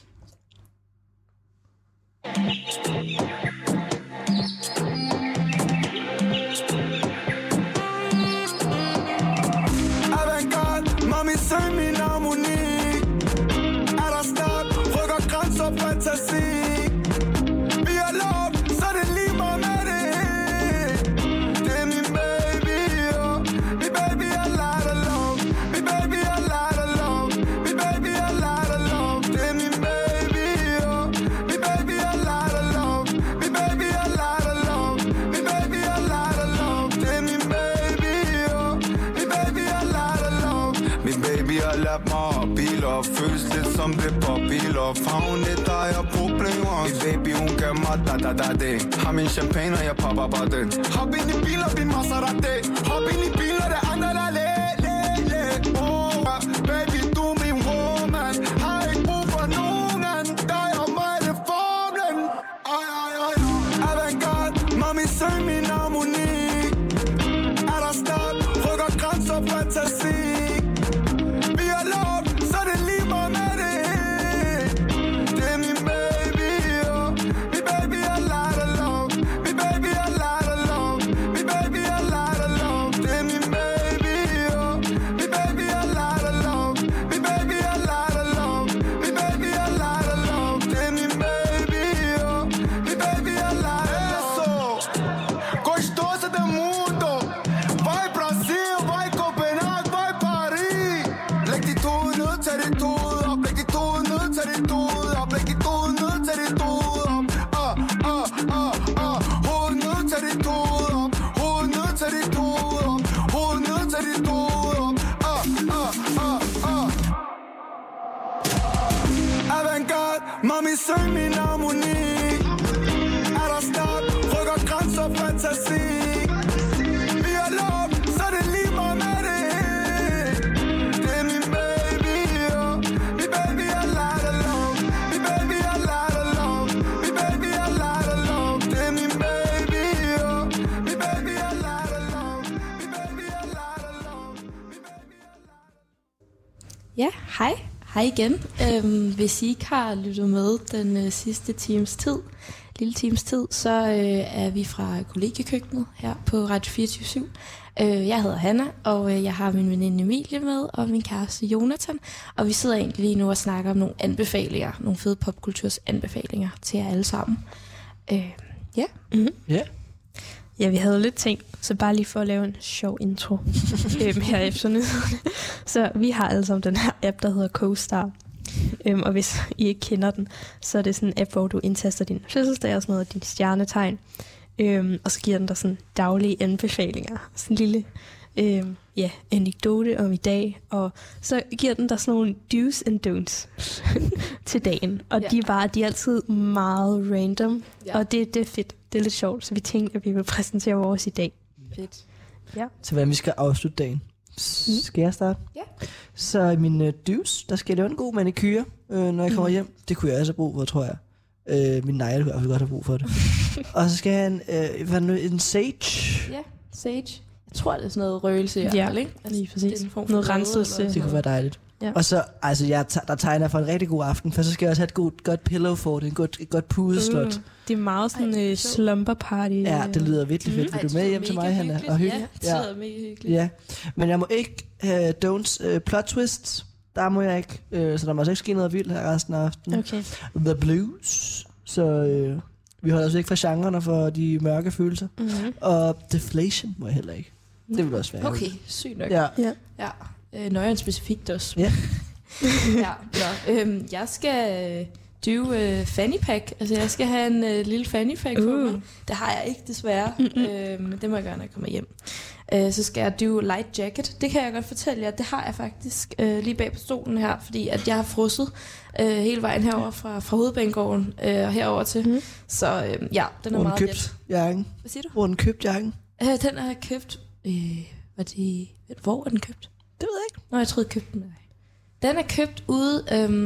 Avantgarde, mami, søg min harmoni. Er der snart rykker grænser og fantasi. Vi er lov, så det lige meget med det. Det er min baby, oh. Min baby er light alone. Min baby er light alone. Min baby er light alone. Det er min baby, oh. Min baby er light alone. Min baby er light alone. Min baby er light alone. Det er min baby, oh. Min baby er light alone. Min baby har lært mig at biler. Føles lidt som det på biler. Farven lidt, der er problemer. Min baby, hun kan mig da-da-da-det. Har min champagne, og jeg popper bare den. Hop ind i biler, vi Maserati. Hop ind i biler, det andre der le. Oh, baby, du er min woman. Har ikke brug for nogen anden. Dig og mig, det er formlen. Avantgarde, mami, søg min harmoni. Er der snart rykker grænser og fantasi. Vi er lov, så det lige meget med det. Det er min baby, oh. Min baby er light syng min harmoni. Er der snart, rykker grænser fantasi. Vi er lov, så det lige mig med det. Det er min baby, oh. Min baby er light alone. Min baby er light alone. Min baby er light alone. Det er min baby, oh. Min baby er light alone. Min baby er light alone. Min baby er light. Ja, hej. Hej igen. Hvis I ikke har lyttet med den sidste lille times tid, så er vi fra kollegiekøkkenet her på Radio 24/7. Jeg hedder Hanna, og jeg har min veninde Emilie med, og min kæreste Jonathan. Og vi sidder egentlig lige nu og snakker om nogle anbefalinger, nogle fede popkulturs anbefalinger til jer alle sammen. Ja. Mm-hmm. Ja. Ja, vi havde lidt ting, så bare lige for at lave en sjov intro her efter nyhederne. Så vi har alle sammen den her app, der hedder CoStar. Og hvis I ikke kender den, så er det sådan en app, hvor du indtaster din fødselsdag og sådan noget, din stjernetegn. Og så giver den dig sådan daglige anbefalinger. Sådan en lille anekdote om i dag. Og så giver den dig sådan nogle do's and don'ts til dagen. Og de er altid meget random. Ja. Og det er fedt. Det er lidt sjovt, så vi tænkte, at vi vil præsentere vores i dag. Fedt. Ja. Så hvordan vi skal afslutte dagen. Skal jeg starte? Ja. Så i min do's, der skal jeg lave en god manicure, når jeg kommer hjem. Det kunne jeg også have brug for, tror jeg. Min negle kunne jeg godt have brug for det. Og så skal jeg have en sage. Ja, sage. Jeg tror, det er sådan noget røgelse i hvert fald, ikke? Altså, lige præcis. Noget renselse. Det kunne være dejligt. Ja. Og så, altså, der tegner for en rigtig god aften, for så skal jeg også have et godt pillow fort, et godt pudeslot. Det er meget sådan slumber party. Ja, det lyder virkelig fedt. Vil du med hjem til mig, Hanna? Og hygge? Ja, det lyder mega hyggeligt. Ja, men jeg må ikke have don'ts plot twists. Der må jeg ikke. Så der må også ikke ske noget vildt her resten af aftenen. Okay. The blues. Så vi holder os ikke fra genren og for de mørke følelser. Mm-hmm. Og deflation må jeg heller ikke. Det vil også være. Okay, sygt nok. Ja. Ja. Nøjeren specifikt også. Ja. Jeg skal fanny pack. Altså, jeg skal have en lille fanny pack på mig. Det har jeg ikke, desværre. Men det må jeg gøre, når jeg kommer hjem. Så skal jeg light jacket. Det kan jeg godt fortælle jer. Det har jeg faktisk lige bag på stolen her, fordi at jeg har frosset hele vejen herover fra Hovedbanegården og herover til. Så den er meget let. Jakken? Hvad siger du? Hvor er den købt, jakken? Den er købt... Hvor er den købt? Det ved jeg ikke. Nå, jeg troede, jeg købte den. Den er købt ude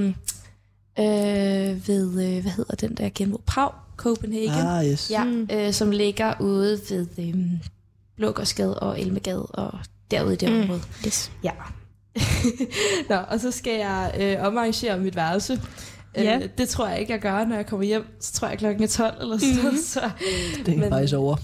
ved, hvad hedder den der genbrug? Prag, Copenhagen. Yes. Ja, som ligger ude ved Blågårdsgade og Elmegade og derude i det område. Yes. Ja. Nå, og så skal jeg omarrangere mit værelse. Det tror jeg ikke, jeg gør, når jeg kommer hjem. Så tror jeg, klokken er 12 eller sådan noget. Så, det er faktisk over.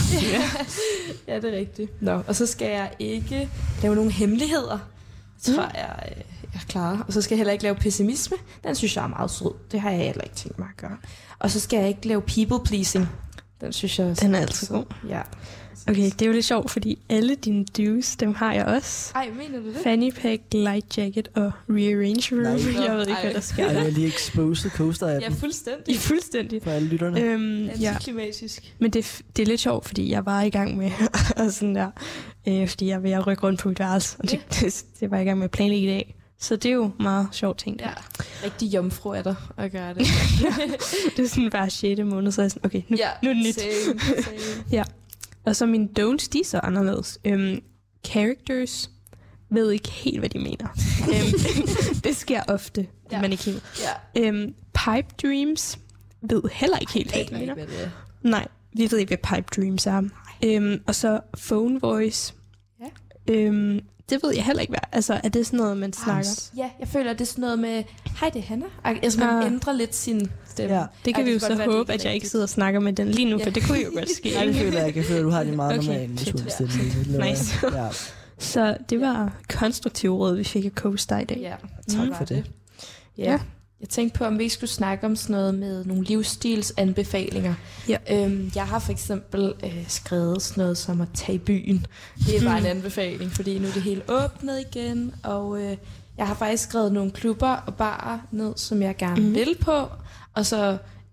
Ja, det er rigtigt. Nå, og så skal jeg ikke lave nogle hemmeligheder. Det tror jeg klarer. Og så skal jeg heller ikke lave pessimisme. Den synes jeg er meget sød. Det har jeg heller ikke tænkt mig at gøre. Og så skal jeg ikke lave people pleasing. Den synes jeg også. Den er altid god. Ja. Okay, det er jo lidt sjovt, fordi alle dine do's, dem har jeg også. Ej, mener du det? Fanny pack, light jacket og rearrange room. Jeg ved ikke, hvad der sker. Jeg har lige exposed coaster af den. Ja, fuldstændig. I fuldstændig. For alle lytterne. Antiklimatisk. Men det er lidt sjovt, fordi jeg var i gang med og sådan der, fordi jeg er ved at rykke rundt på mit værelse. Og det var jeg i gang med at planlægge i dag. Så det er jo meget sjovt ting. Ja, rigtig jomfru er der at gøre det. Det er sådan bare 6. måned, så er jeg sådan, okay, nu er det nyt. Same. Ja. Og så mine don'ts, de er så anderledes. Characters ved ikke helt, hvad de mener. Det sker ofte, det man ikke helt. Ja. Pipe dreams ved heller ikke helt, hvad de mener. Nej, vi ved ikke, hvad pipe dreams er. Og så phone voice. Ja. Det ved jeg heller ikke, hvad. Altså, er det sådan noget, man snakker? Ja, jeg føler, det er sådan noget med, hej, det er Hanna. Altså, man ændrer lidt sin stemme. Ja. Det kan vi jo så håbe, at jeg ikke sidder og snakker med den lige nu, for det kunne jo godt ske. Nej, det føler jeg ikke. Jeg føler, du har det meget normalt stemme. Nice. Ja. Så det var konstruktiv råd, vi fik af CoStar i dag. Ja, tak for det. Ja. Jeg tænkte på, om vi ikke skulle snakke om sådan noget med nogle livsstilsanbefalinger. Ja. Jeg har for eksempel skrevet sådan noget som at tage i byen. Det er bare en anbefaling, fordi nu er det helt åbnet igen. Og jeg har faktisk skrevet nogle klubber og barer ned, som jeg gerne vil på. Og så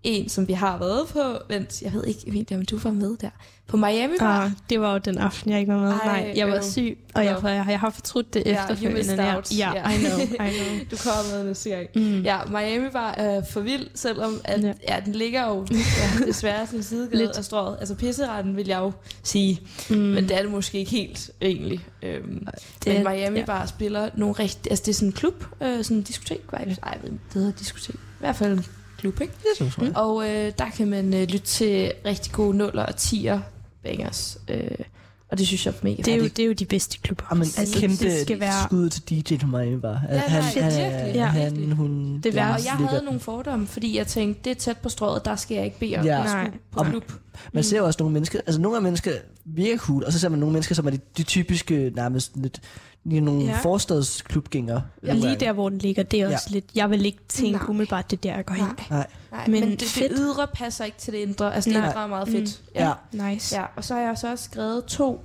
en, som vi har været på. Vent, jeg ved ikke, om du var med der. På Miami Bar. Det var jo den aften, jeg ikke var med. Nej, jeg var syg, og jeg har fortrudt det efterfølgende. Ja, I know. Du kommer med næste gang. Ja, Miami Bar er for vild, selvom at, den ligger jo desværre sådan sidegade af strået. Altså pisseretten vil jeg jo sige, men det er det måske ikke helt egentlig. Men Miami Bar spiller nogle rigtig... Altså det er sådan en klub, sådan en diskotek-vibes. Ej, jeg ved ikke, det hedder diskotek. I hvert fald en klub, ikke? Det synes jeg. Og der kan man lytte til rigtig gode nuller og 10'er bangers. Og det synes jeg er mega det er jo de bedste klubber. Jamen, altså, kæmpe skud til DJ til mig bare. Hun... Det var, og jeg havde nogle fordomme, fordi jeg tænkte, det er tæt på strøget, der skal jeg ikke bede om på klub. Man ser også nogle mennesker, altså nogle af mennesker virker cool, og så ser man nogle mennesker, som er de typiske nærmest lidt nogle forstadsklubgængere. Ja, lige der, hvor den ligger, det er også lidt... Jeg vil ikke tænke umiddelbart, det der går hen. Nej, men det ydre passer ikke til det indre. Altså, det indre er meget fedt. Ja, nice. Ja, og så har jeg så også skrevet 2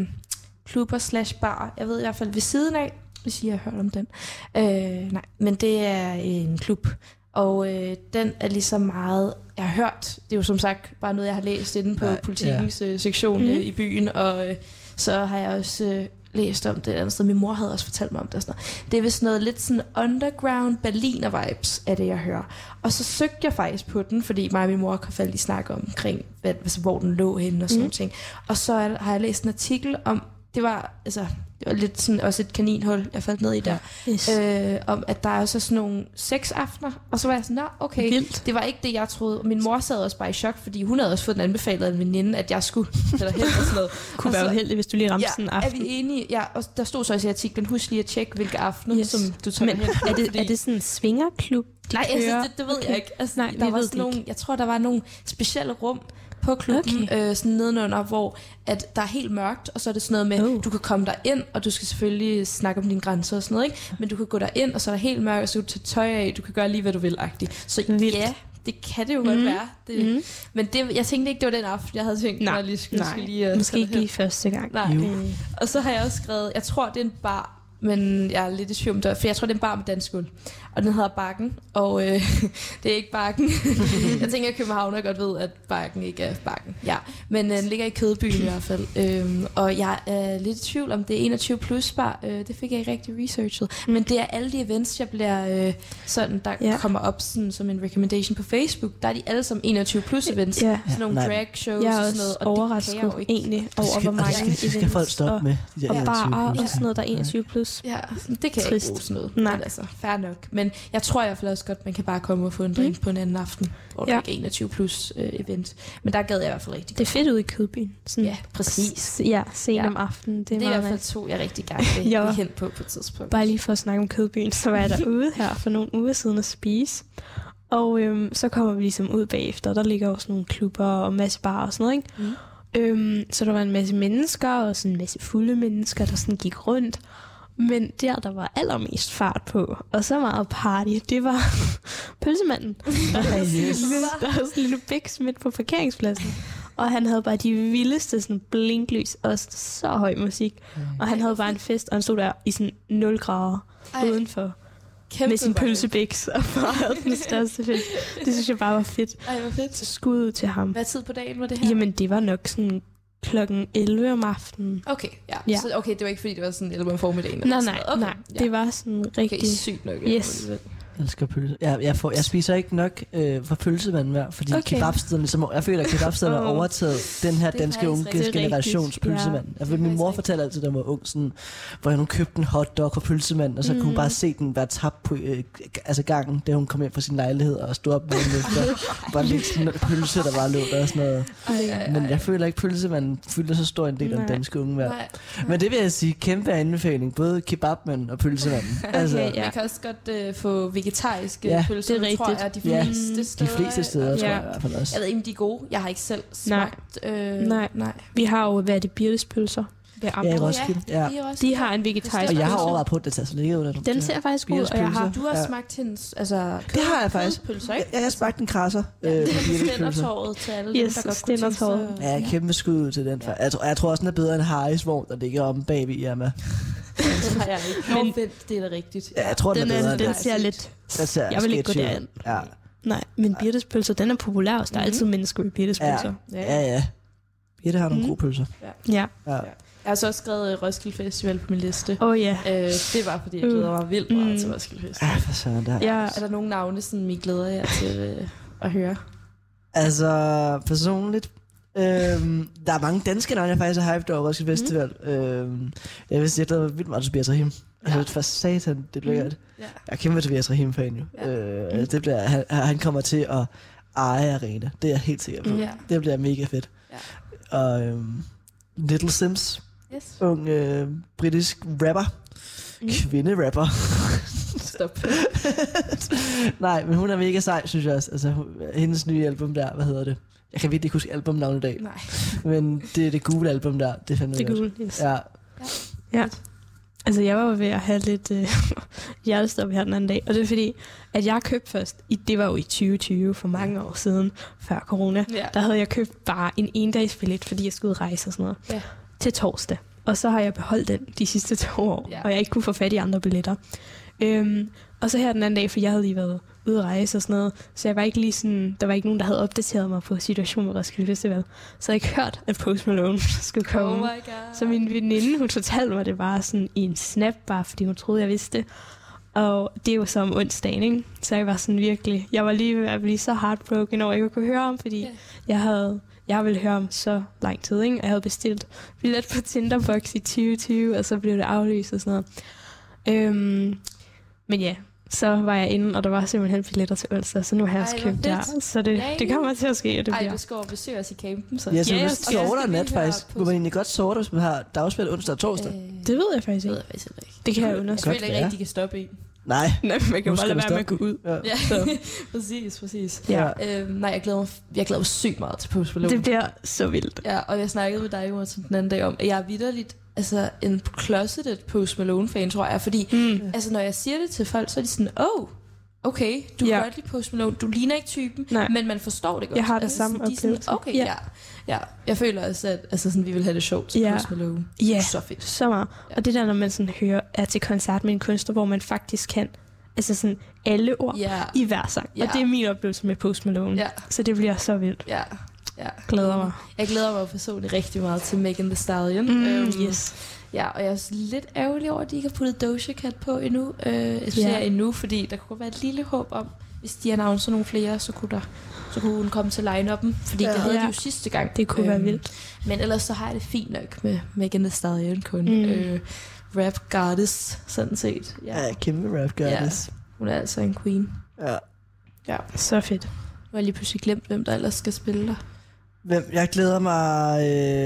klubber/bar. Jeg ved i hvert fald ved siden af, hvis I har hørt om den. Nej, men det er en klub. Og den er lige så meget, jeg har hørt. Det er jo som sagt bare noget, jeg har læst inde på Politikens sektion i byen. Og så har jeg også... læst om det andet sted. Min mor havde også fortalt mig om det og sådan noget. Det er vist noget lidt sådan underground Berliner vibes af det, jeg hører. Og så søgte jeg faktisk på den, fordi mig og min mor kan falde i snak omkring, hvor den lå henne og sådan nogle ting. Og så har jeg læst en artikel om, det var lidt sådan også et kaninhul, jeg faldt ned i der, om at der er også sådan nogle sexaftener, og så var jeg sådan, okay, vildt. Det var ikke det, jeg troede. Min mor sad også bare i chok, fordi hun havde også fået den anbefalet af en veninde, at jeg skulle eller hen og sådan noget. Kunne være uheldig, hvis du lige ramte sådan en aften. Er vi enige? Ja, og der stod så også i artiklen, husk lige at tjekke, hvilke aftener, som du tager hen. Er det sådan en svingerklub? Nej, altså, det ved jeg ikke. Altså, nej, der var sådan nogle, jeg tror, der var nogle specielle rum på klubben, sådan nedenunder, hvor at der er helt mørkt, og så er det sådan noget med, du kan komme der ind, og du skal selvfølgelig snakke om dine grænser og sådan noget, ikke? Men du kan gå der ind, og så er der helt mørkt, og så kan du tage tøj af, du kan gøre lige, hvad du vil-agtigt. Så ja, det kan det jo godt være. Det, men det, jeg tænkte ikke, det var den aften, jeg havde tænkt, nej, jeg lige skulle lige... Måske ikke lige første gang. Nej. Og så har jeg også skrevet, jeg tror, det er en bar, men jeg er lidt i tvivl om det, for jeg tror, det er en bar med dansk guld. Og den hedder Bakken, og det er ikke Bakken. Jeg tænker, at københavner godt ved, at Bakken ikke er Bakken. Ja, men den ligger i Kødbyen i hvert fald. Og jeg er lidt i tvivl om, det er 21 plus bar. Det fik jeg ikke rigtig researchet. Men det er alle de events, jeg bliver sådan, der kommer op sådan, som en recommendation på Facebook. Der er de alle som 21 plus events. Sådan nogle drag shows og sådan noget. Og overrasket egentlig over, hvor mange events. Det skal folk stoppe med. Og barer og sådan noget, der er 21 plus. Ja, det kan jeg ikke bruge sådan noget. Nej. Men altså, fair nok. Men jeg tror i hvert fald også godt, man kan bare komme og få en drink på en anden aften, hvor der ikke er 21 plus event. Men der gad jeg i hvert fald rigtig godt. Det er fedt ude i Kødbyen. Sådan, ja, præcis. Ja, sent om aftenen. Det er i hvert fald 2, jeg rigtig gerne vil hen på et tidspunkt. Bare lige for at snakke om Kødbyen, så var jeg derude her for nogle uger siden at spise. Og så kommer vi ligesom ud bagefter, der ligger også nogle klubber og en masse barer og sådan noget, ikke? Så der var en masse mennesker, og sådan en masse fulde mennesker, der sådan gik rundt. Men der var allermest fart på, og så meget party, det var pølsemanden. Der var sådan en lille biks midt på parkeringspladsen. Og han havde bare de vildeste sådan blinklys og så høj musik. Og han havde bare en fest, og han stod der i sådan 0 grader udenfor. Kæmpe med sin pølsebiks og bare havde den største fest. Det synes jeg bare var fedt. Ej, hvor fedt. Skud til ham. Hvad tid på dagen var det her? Jamen, det var nok sådan klokken 11 om aftenen. Okay, ja. Så, okay, det var ikke fordi, det var sådan 11 om formiddagen? Nej. Det var sådan rigtig... Okay, sygt nok. Yes. Jeg elsker pølse. Jeg spiser ikke nok for pølsemanden hver, fordi kebabstederne ligesom, jeg føler, at kebabstederne har overtaget den her danske unge generations pølsemand. Min mor fortalte altid, da jeg var ung, sådan, hvor hun købte en hotdog fra pølsemanden, og så kunne hun bare se den være tabt på gangen, da hun kom hjem fra sin lejlighed og stod op med den efter. Bare lidt sådan en pølse, der bare lå der og sådan noget. Men jeg føler ikke, pølsemanden fylder så stor en del af den danske unge hver. Men det vil jeg sige, kæmpe anbefaling, både kebabmanden og pølsemanden. Man kan også godt få vegetariske pølser, det er rigtigt. Tror jeg, de fleste steder. De fleste steder, tror jeg i hvert fald også. Jeg ved ikke, om de er gode. Jeg har ikke selv smagt. Nej. Vi har jo været i Birtespølser. Ja, i Roskilde. Ja. De har en vegetarisk. Og jeg har overvejet på, at det tager så ligger under. Den ser faktisk ud, og jeg har... Du har smagt hendes, altså... Det har jeg faktisk. Pølser, ikke? Ja, jeg har smagt en krasser. Stændertåret til alle dem, der godt kunne tænke sig. Ja, kæmpe skud ud til den. Jeg tror også, den er bedre end Harris, hvor der ligger om bagved Irma. Det har jeg ikke. Men det er da rigtigt. Ja, jeg tror, den er bedre. Den ser lidt... Jeg vil ikke gå derind. Ja. Nej, men Birtespølser, den er populær også. Der er altid mennesker i Birtespølser. Ja. Birte har nogle gode pølser. Ja. Jeg har så også skrevet Roskilde Festival på min liste. Ja. Det var, fordi jeg glæder mig vildt meget til Roskilde Festival. Ja, for sådan der. Ja. Er der nogle navne, som I glæder jer til at høre? Altså, personligt, der er mange danske navne, jeg faktisk er hyped over Roskilde Festival. Jeg vil sige, at jeg glæder mig vildt meget til Tobias Rahim. Altså, for satan, det bliver godt. Ja. Jeg er kæmpe Tobias Rahim-fan jo. Det bliver, han kommer til at eje arena. Det er jeg helt sikker på. Det bliver mega fedt. Ja. Og Little Sims, ung britisk rapper, kvinderapper. Stop. Nej, men hun er mega sej, synes jeg også. Altså, hendes nye album der, hvad hedder det? Jeg kan virkelig ikke huske albumnavnet i dag. Nej. Men det er det gule album der, det fandme Det godt. gule, yes. Ja. Altså, jeg var jo ved at have lidt hjertestop her den anden dag, og det er fordi, at jeg købte først, det var jo i 2020, for mange år siden, før corona, der havde jeg købt bare en endagsbillet, fordi jeg skulle ud rejse og sådan noget, til torsdag. Og så har jeg beholdt den de sidste 2 år, og jeg ikke kunne få fat i andre billetter. Og så her den anden dag, for jeg havde lige været ude at rejse og sådan noget, så jeg var ikke lige sådan, der var ikke nogen, der havde opdateret mig på situationen med Roskilde Festival. Så jeg havde ikke hørt, at Post Malone skulle komme. Oh my God. Så min veninde, hun fortalte mig det bare sådan i en snap, bare fordi hun troede, jeg vidste det. Og det var så om onsdagen, ikke? Så jeg var sådan virkelig, jeg var lige ved at blive så heartbroken over, at jeg ikke kunne høre ham, fordi jeg ville høre om så lang tid, ikke? Jeg havde bestilt billet på Tinderbox i 2020, og så blev det aflyst og sådan noget. Men ja, så var jeg inde, og der var simpelthen billetter til onsdag, så nu har jeg også købt der. Så det kommer til at ske, og det bliver. Du skal over besøge os i campen, så. Ja, så du sover der nat faktisk. Kunne man egentlig godt sove der, hvis man har dagspil onsdag og torsdag? Det ved jeg faktisk ikke. Det kan jeg undersøge. Jeg føler ikke rigtig, kan stoppe i. Nej. Man kan bare lade være med at gå ud. Ja, præcis. Ja. Nej, jeg glæder mig sygt meget til Post Malone. Det bliver så vildt. Ja, og jeg snakkede med dig, Jonas, den anden dag om, at jeg er vitterligt en closeted Post Malone-fan, tror jeg. Fordi når jeg siger det til folk, så er de sådan, okay, du kan godt lide Post Malone. Du ligner ikke typen, men man forstår det godt. Jeg har det samme oplevelse. Okay, ja. Jeg føler også, at vi vil have det sjovt til Post Malone. Ja, så fedt. Så meget. Og det der, når man sådan hører, er til koncert med en kunstner, hvor man faktisk kan sådan alle ord i hver sang. Og det er min oplevelse med Post Malone. Så det bliver så vildt. Ja. Glæder mig. Jeg glæder mig personligt rigtig meget til Megan Thee Stallion. Yes. Ja, og jeg er lidt ærgerlig over, at de ikke har puttet Doja Cat på endnu. Endnu, fordi der kunne være et lille håb om, hvis de annoncerer nogle flere, så kunne hun komme til line-up'en. Fordi det havde de jo sidste gang. Det kunne være vildt. Men ellers så har jeg det fint nok med Megan Thee Stallion kun. Rap goddess, sådan set. Ja, kæmpe rap goddess. Ja, hun er altså en queen. Ja. Så fedt. Nu har jeg lige pludselig glemt, hvem der ellers skal spille der. Jeg glæder mig...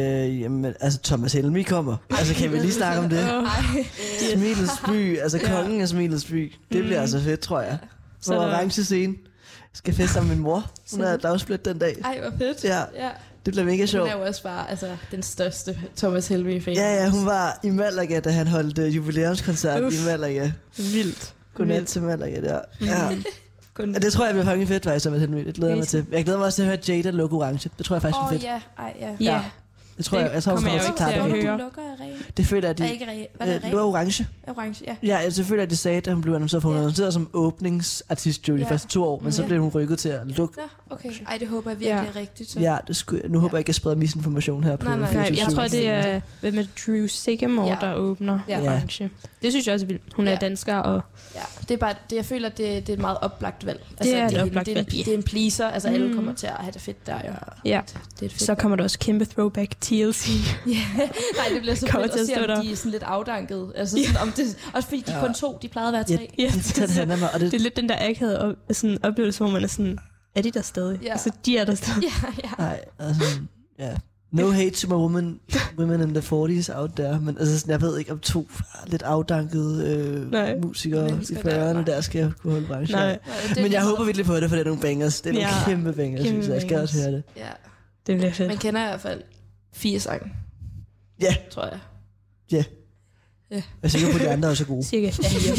Thomas Helmig kommer. Altså, kan vi lige snakke om det? Smilets by. Altså, kongen af Smilets by. Det bliver altså fedt, tror jeg. På orange scene. Jeg skal feste sammen med min mor. Hun er dagsplit den dag. Ej, hvor fedt. Ja. Det bliver mega sjovt. Hun er jo også bare den største Thomas Helmig-fan. Ja, hun var i Malaga, da han holdt jubilæumskoncert i Malaga. Vildt. Godnat til Malaga der. Ja. Det tror jeg bliver fucking fedt, faktisk, det glæder mig til. Jeg glæder mig også til at høre Jada lukke orange. Det tror jeg faktisk er fedt. Ja. Det tror jeg også kommer jeg ikke til at høre. Det føler jeg, at det var orange. Orange, ja. Ja, altså føler jeg, at de sagde, at hun blev annonceret, for hun annonceret som åbningsartist jo de første 2 år, men så blev hun rykket til at lukke. Okay. Ej, det håber jeg virkelig er rigtigt. Så. Ja, det skulle jeg. Nu håber jeg ikke, at jeg spreder misinformation her på. Nej, jeg tror, det er med Drew Sigamore, der åbner orange. Det synes jeg også er vildt. Hun er dansker og... Ja, det er bare, jeg føler, at det er et meget oplagt valg. Altså, det er et oplagt valg. Det er en pleaser, altså alle kommer til at have det fedt der. Ja, det er fedt. Så kommer der også kæmpe throwback TLC. Nej, det bliver så fedt at se, om de er sådan lidt afdanket. Altså sådan, om det, også fordi de kun 2, de plejede at være 3. Ja, det er lidt den der akavede oplevelse, hvor man er sådan, er de der stadig? Ja. Altså, de er der stadig. Ja. Nej, altså, no hate to my women in the 40s out there, men altså sådan, jeg ved ikke om 2 lidt afdankede musikere i 40'erne, der skal jeg kunne holde branchen. Men jeg håber virkelig på det, for det er nogle bangers. Det er nogle kæmpe bangers, synes jeg. Jeg skal også høre det. Ja. Det bliver fedt. Man kender i hvert fald 4 sange. Ja. Tror jeg. Ja. Jeg er sikker på, at de andre er så gode. Cirka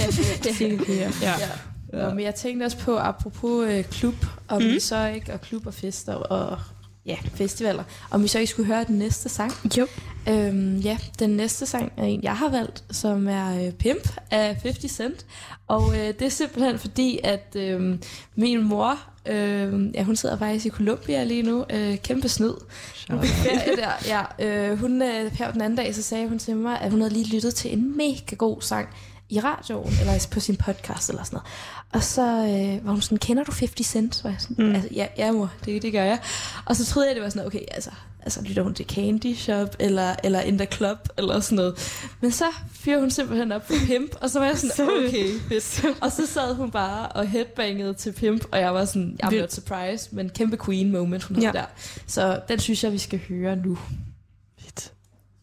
4. Ja. Men jeg tænkte også på, apropos klub, om vi så ikke, og klub og fester og festivaler, om vi så ikke skulle høre den næste sang. Jo. Den næste sang er en, jeg har valgt, som er Pimp af 50 Cent. Og det er simpelthen fordi, at min mor Ja, hun sidder faktisk i Colombia lige nu. Kæmpe snyd. Hun er ferie der. Ja, hun her den anden dag, så sagde hun til mig, at hun havde lige lyttet til en mega god sang i radioen, eller på sin podcast eller sådan noget. Og så var hun sådan, kender du 50 Cent? Så var jeg sådan, altså, ja mor, det gør jeg. Og så troede jeg, det var sådan, okay, altså lytter hun til Candy Shop, eller In The Club, eller sådan noget. Men så fyrer hun simpelthen op på Pimp, og så var jeg sådan, okay, fedt. Og så sad hun bare og headbangede til Pimp, og jeg var sådan, I'm not surprised, men kæmpe queen moment, hun havde der. Så den synes jeg, vi skal høre nu. Fedt.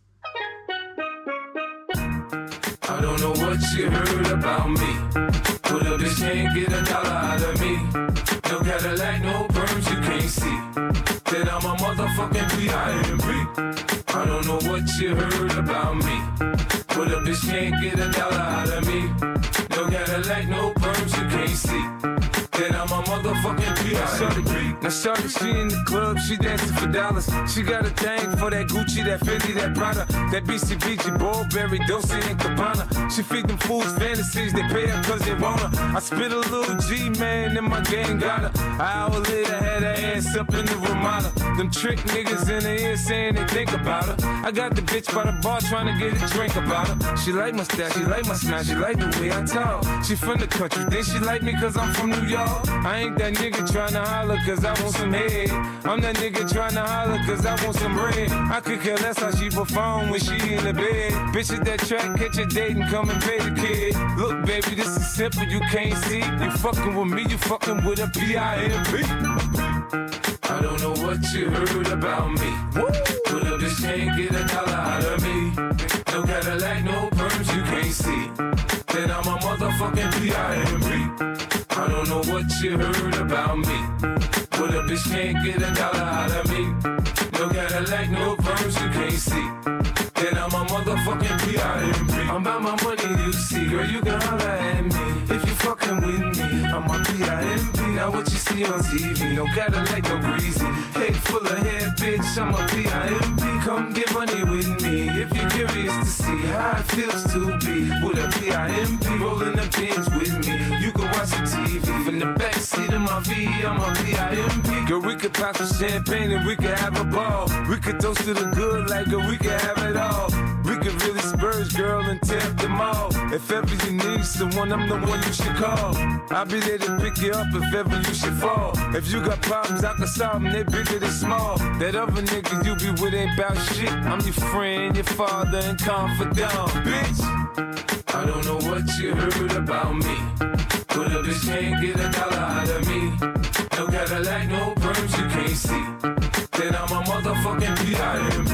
I don't know what you heard about me, but a bitch can't get $1 out of me. No Cadillac, no perms you can't see. Then I'm a motherfucking P.I.M.P. I don't know what you heard about me, but a bitch can't get $1 out of me. No Cadillac, no perms you can't see. Then I'm a motherfucking P.I.M.P. Now shorty, she in the club, she dancing for dollars. She got a thing for that Gucci, that Fendi, that Prada, that BCBG, Burberry, Dolce & Gabbana. She feed them fools fantasies, they pay her cause they want her. I spit a little G, man, and my gang got her. An hour later, had her ass up in the Ramada. Them trick niggas in the ear saying they think about her. I got the bitch by the bar trying to get a drink about her. She like my style, she like my smile, she like the way I talk. She from the country, then she like me cause I'm from New York. I ain't that nigga tryna holler cause I want some head. I'm that nigga tryna holler cause I want some bread. I could care less how she perform when she in the bed. Bitch at that track, catch a date and come and pay the kid. Look baby, this is simple, you can't see. You fucking with me, you fucking with a P.I.M.P. I don't know what you heard about me, but a bitch can't get $1 out of me. No Cadillac, no perms you can't see. Then I'm a motherfucking P.I.M.P. I don't know what you heard about me, but a bitch can't get $1 out of me. No Cadillac, no perms you can't see. Then I'm a motherfucking P.I.M.P. I'm about my money, you see, girl, you can holler at me if you fucking with me. I'm a P.I.M.P. Now what you see on TV, no Cadillac, no greasy. Head full of hair, bitch, I'm a P.I.M.P. Come get money with me if you're curious to see how it feels to be with a P.I.M.P. Rolling the pins with me, you can watch the TV from the backseat of my V, I'm a P.I.M.P. Girl, we could pop some champagne and we could have a ball. We could toast to the good like girl, we could have it all. We could really spurge, girl, and tear up them all. If ever you need someone, I'm the one you should call. I'll be there to pick you up if ever you should fall. If you got problems, I can solve them, they're bigger than small. That other nigga you be with ain't bout shit. I'm your friend, your father, and confidant, bitch. I don't know what you heard about me, but a bitch can't get $1 out of me. No Cadillac, no perms you can't see. Then I'm a motherfucking P.I.M.P.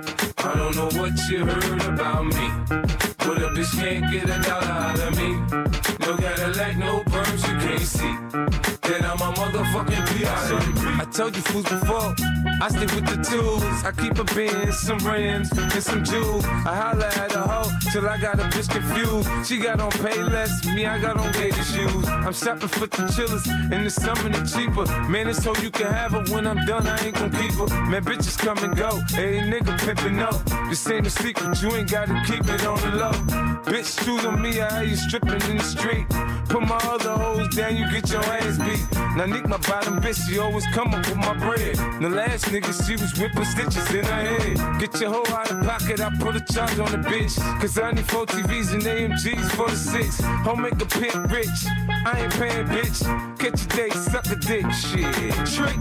I don't know what you heard about me, but a bitch can't get $1 out of me. No Cadillac, no perms you can't see. Then I'm a motherfucking P.I.M.P. I told you fools before, I stick with the tools. I keep a Benz, some rims, and some jewels. I holla at a hoe till I got a bitch confused. She got on Payless, me I got on gator shoes. I'm shopping for the chillers, and the summer the cheaper. Man, it's so you can have her when I'm done, I ain't gon' keep her. Man, bitches come and go, hey nigga pimpin' up. This ain't a secret, you ain't gotta keep it on the low. Bitch, shoes on me, I how you stripping in the street. Put my other hoes down, you get your ass beat. Now Nick, my bottom bitch, she always come up with my bread. The last nigga, she was whipping stitches in her head. Get your hoe out of pocket, I put a charge on the bitch. Cause I need 4 TVs and AMGs for the 6. Home make a pimp rich, I ain't paying bitch. Catch a date, suck a dick, shit, trick.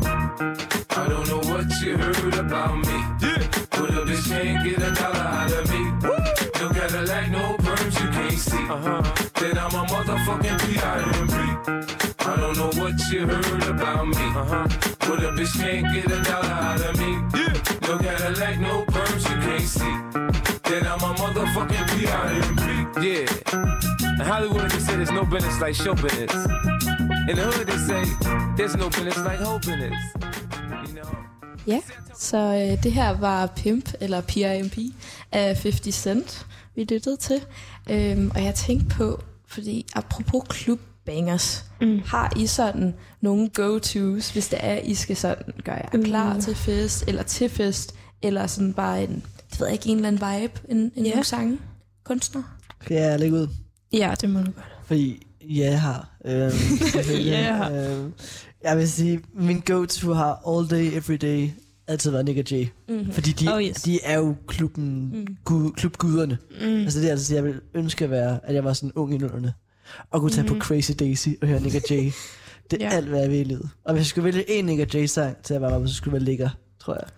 I don't know what you heard about me, yeah. But a bitch can't get $1 out of me. Woo. No Cadillac, no perms you can't see. Then I'm a motherfucking P.I.M.P. I don't know what you heard about me, but a bitch can't get $1 out of me. Yeah. No Cadillac, no perms you can't see. Then I'm a motherfucking P.I.M.P. Yeah. In Hollywood they say there's no business like show business. In the hood they say there's no business like whole business. You know? Ja, så det her var Pimp, eller P.I.M.P. af 50 Cent, vi lyttede til. Og jeg tænkte på, fordi apropos klubbangers, har I sådan nogle go-tos, hvis det er, I skal sådan gøre jer klar til fest, eller til fest, eller sådan bare en, det ved jeg ikke, en eller anden vibe, en nogle sange, kunstner? Kan jeg lægge ud? Ja, det må du godt. Fordi jeg har Jeg vil sige, min go-to har all day, every day altid været Nick og Jay. Fordi de er jo klubguderne. Altså det er altså, jeg vil ønske at jeg var sådan ung i nullerne. Og kunne tage på Crazy Daisy og høre Nick og Jay. Det er alt, hvad jeg vil i livet. Og hvis jeg skulle vælge en Nick og Jay sang til at være med, så skulle det være Ligger, tror jeg.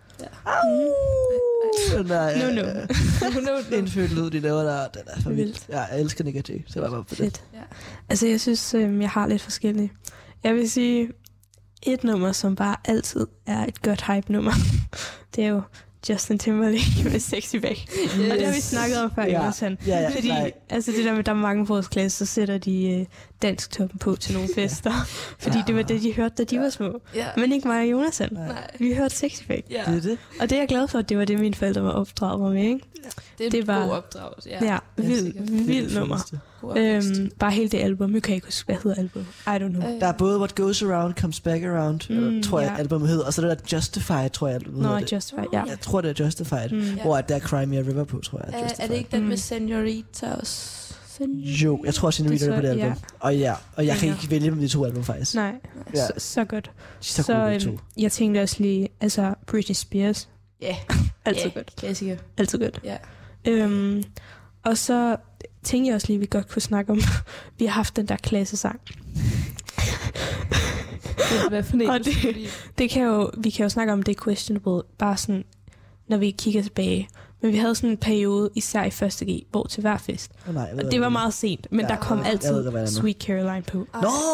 Indfødt lyd, de laver der. Den er for vildt. Ja, jeg elsker Nick og Jay, så jeg var med på det. Ja. Altså jeg synes, jeg har lidt forskellige. Jeg vil sige, et nummer, som bare altid er et godt hype-nummer, det er jo Justin Timberlake med Sexy Back. Yes. Og det har vi snakket om før, Jonathan. Fordi altså det der med, der er mange på vores klasse, så sætter de dansk toppen på til nogle fester. Fordi det var det, de hørte, da de var små. Men ikke mig og Jonathan. Vi hørte Sexy Back. Det er det. Og det er jeg glad for, at det var det, mine forældre var opdraget mig med, ikke? Det var en god opdragelse. Ja, vild nummer. Bare hele det album. Jeg kan ikke huske, hvad hedder album. I don't know. Der er både What Goes Around Comes Back Around, tror jeg albumet hedder, og så er der Justified, tror jeg albumet hedder. Justified, ja. Jeg tror, det er Justified, hvor der er Cry Me a River på, tror jeg. Er det ikke den med Senorita også? Jo, jeg tror, Senorita er på det album. Og jeg kan ikke vælge mellem de to album, faktisk. Nej, så godt. Så jeg tænkte også lige, altså Britney Spears. Ja, altid godt. Klassiker. Altid godt. Ja. Og så tænkte jeg også lige, vi godt kunne snakke om, vi har haft den der klassesang. Hvad for en? Og det kan jo, vi kan jo snakke om, det er questionable, bare sådan, når vi kigger tilbage. Men vi havde sådan en periode, især i 1. G, hvor til hver fest. Og det var meget sent, men der kom altid Sweet Caroline på.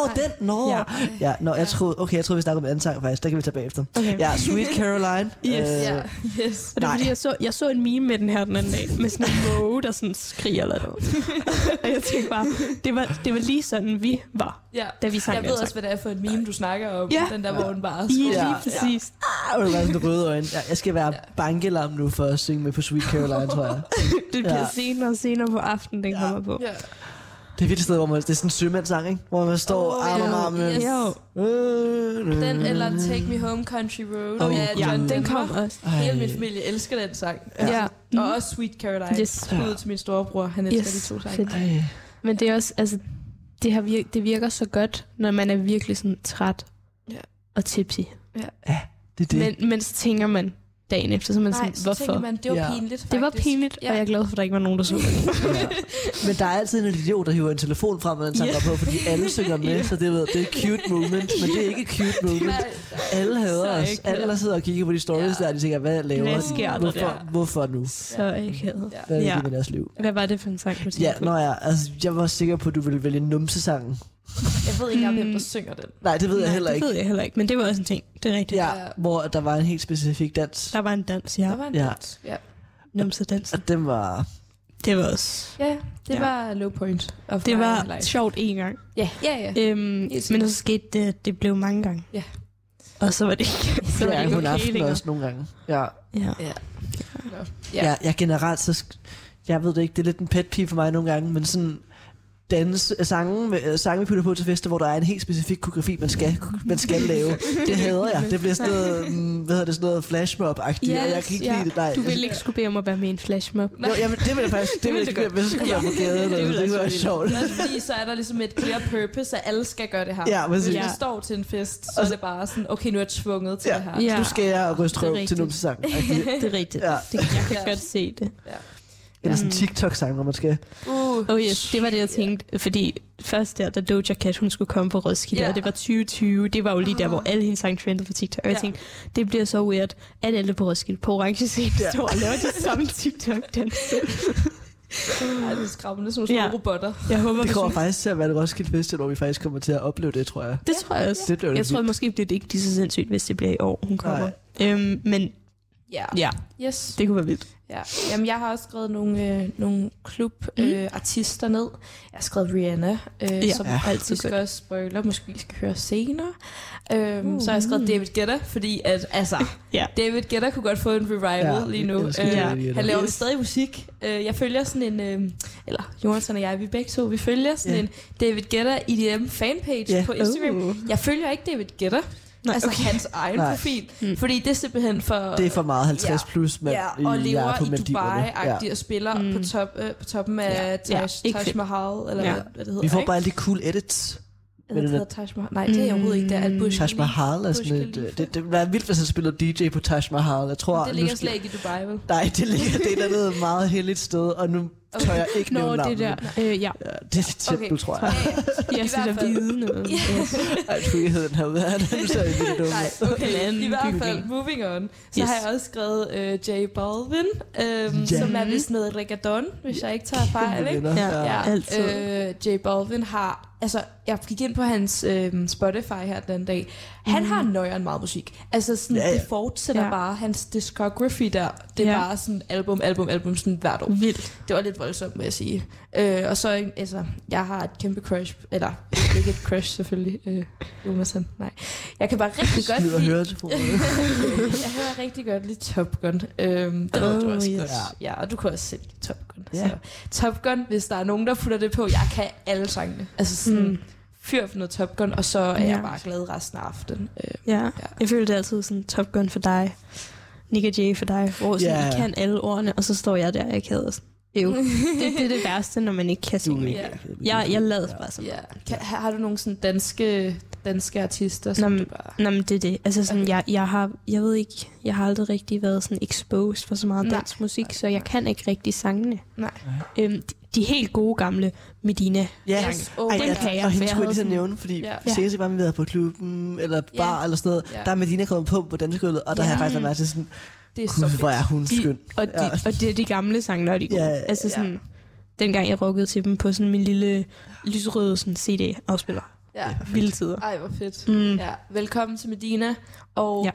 Jeg troede, vi snakkede om anden sang faktisk. Der kan vi tage bagefter. Okay. Ja, Sweet Caroline. Yes. Og det er fordi, jeg så en meme med den her den anden dag, med sådan en måge, der sådan skriger eller noget. Og jeg tænkte bare, det var lige sådan, vi var, da vi sang. Jeg ved også, hvad det er for en meme, du snakker om. Den der, hvor den bare lige præcis. Det var sådan røde øjne. Jeg skal være bankelam nu for at synge med på Sweet Caroline, tror jeg. Det bliver senere og senere på aftenen, den kommer på. Ja. Det er virkelig sted, hvor man, det er sådan en sømandssang, ikke? Hvor man står arm om arm. Den eller Take Me Home Country Road af John den kom også. Hele min familie elsker den sang. Og også Sweet Caroline. Skud til min storebror, han elsker de to sange. Men det er også, altså, det virker så godt, når man er virkelig sådan træt og tipsy. Ja, det er det. Men så tænker man dagen efter, så man sådan, hvorfor? Man, det var pinligt, faktisk. Det var pinligt, og jeg er glad for, at der ikke var nogen, der så det. Men der er altid en idiot, der hiver en telefon frem, og den sanger på, fordi alle synger med, så det er cute moment, men det er ikke cute moment. Alle hader os. Alle, der sidder og kigger på de stories der, de tænker, hvad laver de? Hvorfor nu? Så ikke hvad er det i deres liv? Hvad var det for en sang, du tænkte på? Jeg var sikker på, at du ville vælge numsesangen. Jeg ved ikke, hvem der synger den. Nej, det ved jeg heller ikke. Det ved jeg heller ikke, men det var også en ting. Det er rigtigt. Ja, hvor der var en helt specifik dans. Der var en dans, ja. Der var en dans, numsedans. Og den var... Det var også... Ja, det var low point. Det var sjovt en gang. Ja. Men så skete det, det blev mange gange. Ja. Og så var det ikke, så var det ikke okay længere. Også nogle gange. Ja. Ja. Jeg generelt så... Jeg ved det ikke, det er lidt en pet peeve for mig nogle gange, men sådan... sange vi putter på til fester, hvor der er en helt specifik koreografi, man skal lave. Det hader jeg. Det bliver sådan noget, sådan noget flashmob-agtigt, og jeg kan ikke lide det. Nej. Du vil ikke skulle bede om at være med i en flashmob. Jo, jamen, det vil jeg faktisk. Det vil jeg ikke, hvis jeg skulle være på gaden. Det var sjovt. Fordi så er der ligesom et clear purpose, at alle skal gøre det her. Ja, hvis vi står til en fest, så er det bare sådan, okay, nu er jeg tvunget til det her. Ja. Nu skal jeg ryste røv til numsesang. Det er rigtigt. Jeg kan godt se det. Eller sådan en TikTok-sang, hvor man skal... yes, det var det, jeg tænkte. Fordi først da Doja Cat, hun skulle komme på Roskilde, og det var 2020. Det var jo lige der, hvor alle hendes sang trendede på TikTok. Og jeg tænkte, det bliver så weird, at alle på Roskilde på orange scene står og laver de samme TikTok-dans. Det er skræmmende, sådan nogle robotter. Jeg håber, det kommer faktisk til at være et Roskilde Festival, hvor vi faktisk kommer til at opleve det, tror jeg. Det tror jeg også. Jeg tror måske, det er ikke lige så sindssygt, hvis det bliver i år, hun kommer. Men yes. Det kunne være vildt. Ja. Jamen, jeg har også skrevet nogle klubartister ned. Jeg har skrevet Rihanna, som altid skal også spoiler, måske vi skal høre senere. Så har jeg skrevet David Guetta, fordi at, David Guetta kunne godt få en revival lige nu. Han laver stadig musik. Jeg følger sådan en, eller Jonathan og jeg, vi begge to, vi følger sådan en David Guetta EDM fanpage på Instagram. Jeg følger ikke David Guetta. Hans egen profil. Fordi det er simpelthen for... Det er for meget 50 plus, men og lever i Dubai-agtigt og spiller på toppen af Taj Mahal, eller hvad det hedder. Vi får bare alle de cool edits. Jeg hedder Taj Mahal. Nej, det er overhovedet ikke. Det er Al-Bush. Taj Mahal er sådan et... Det ville være vildt, hvis han spillede DJ på Taj Mahal. Jeg tror, det ligger slet ikke i Dubai, vel? Nej, det ligger det er noget meget heldigt sted, og nu tør jeg ikke nævne navnet. det der. Ja. Ja, det er det tæt, du tror jeg. Jeg synes, der hvide noget. Ej, friheden herude her, nu ser jeg lidt dumme. Nej, okay. I hvert fald, moving on. Så har jeg også skrevet J Balvin, som er vist noget reggaeton, hvis jeg ikke tager fejl, ikke? Ja, altid. J Balvin har... Altså, jeg gik ind på hans Spotify her den dag. Han har nøjeren meget musik. Altså, sådan, det fortsætter bare. Hans discography der, det er bare sådan album, sådan hvert år. Vildt. Det var lidt voldsomt, må jeg sige. Og så, altså, jeg har et kæmpe crush, eller ikke et crush selvfølgelig, Jonathan, nej. Jeg kan bare rigtig godt lide... Jeg hører rigtig godt lide Top Gun. Det ved du også godt. Ja, og du kan også selv lide Top Gun. Så Top Gun, hvis der er nogen, der putter det på, jeg kan alle sangene. Altså sådan, fyr for noget Top Gun, og så er jeg bare glad resten af aftenen. Jeg føler det er altid sådan Top Gun for dig, Nick J for dig, hvor sådan, I kan alle ordene, og så står jeg der, jeg keder sådan. Det er det værste, når man ikke kan synge. Jeg lader bare sådan. Har du nogle sådan danske artister, som du bare... Nå, men det er det. Altså sådan, jeg ved ikke, jeg har aldrig rigtig været sådan exposed for så meget dansk musik, så jeg kan ikke rigtig sangene. Nej. De helt gode gamle Medina. Ja, den kan jeg. Og hende skulle jeg lige så nævne, fordi senest bare vi været på klubben, eller bar, eller sådan noget, der er Medina kommet på dansegulvet, og der har jeg faktisk været til sådan, det er så fedt. Hvor er hun skøn. Og det er de gamle sange, der er de gode. Altså sådan, dengang jeg rockede til dem på sådan min lille lyserøde sådan CD-afspiller. Ja. Vilde tider. Ej, hvor fedt. Ja. Velkommen til Medina. Og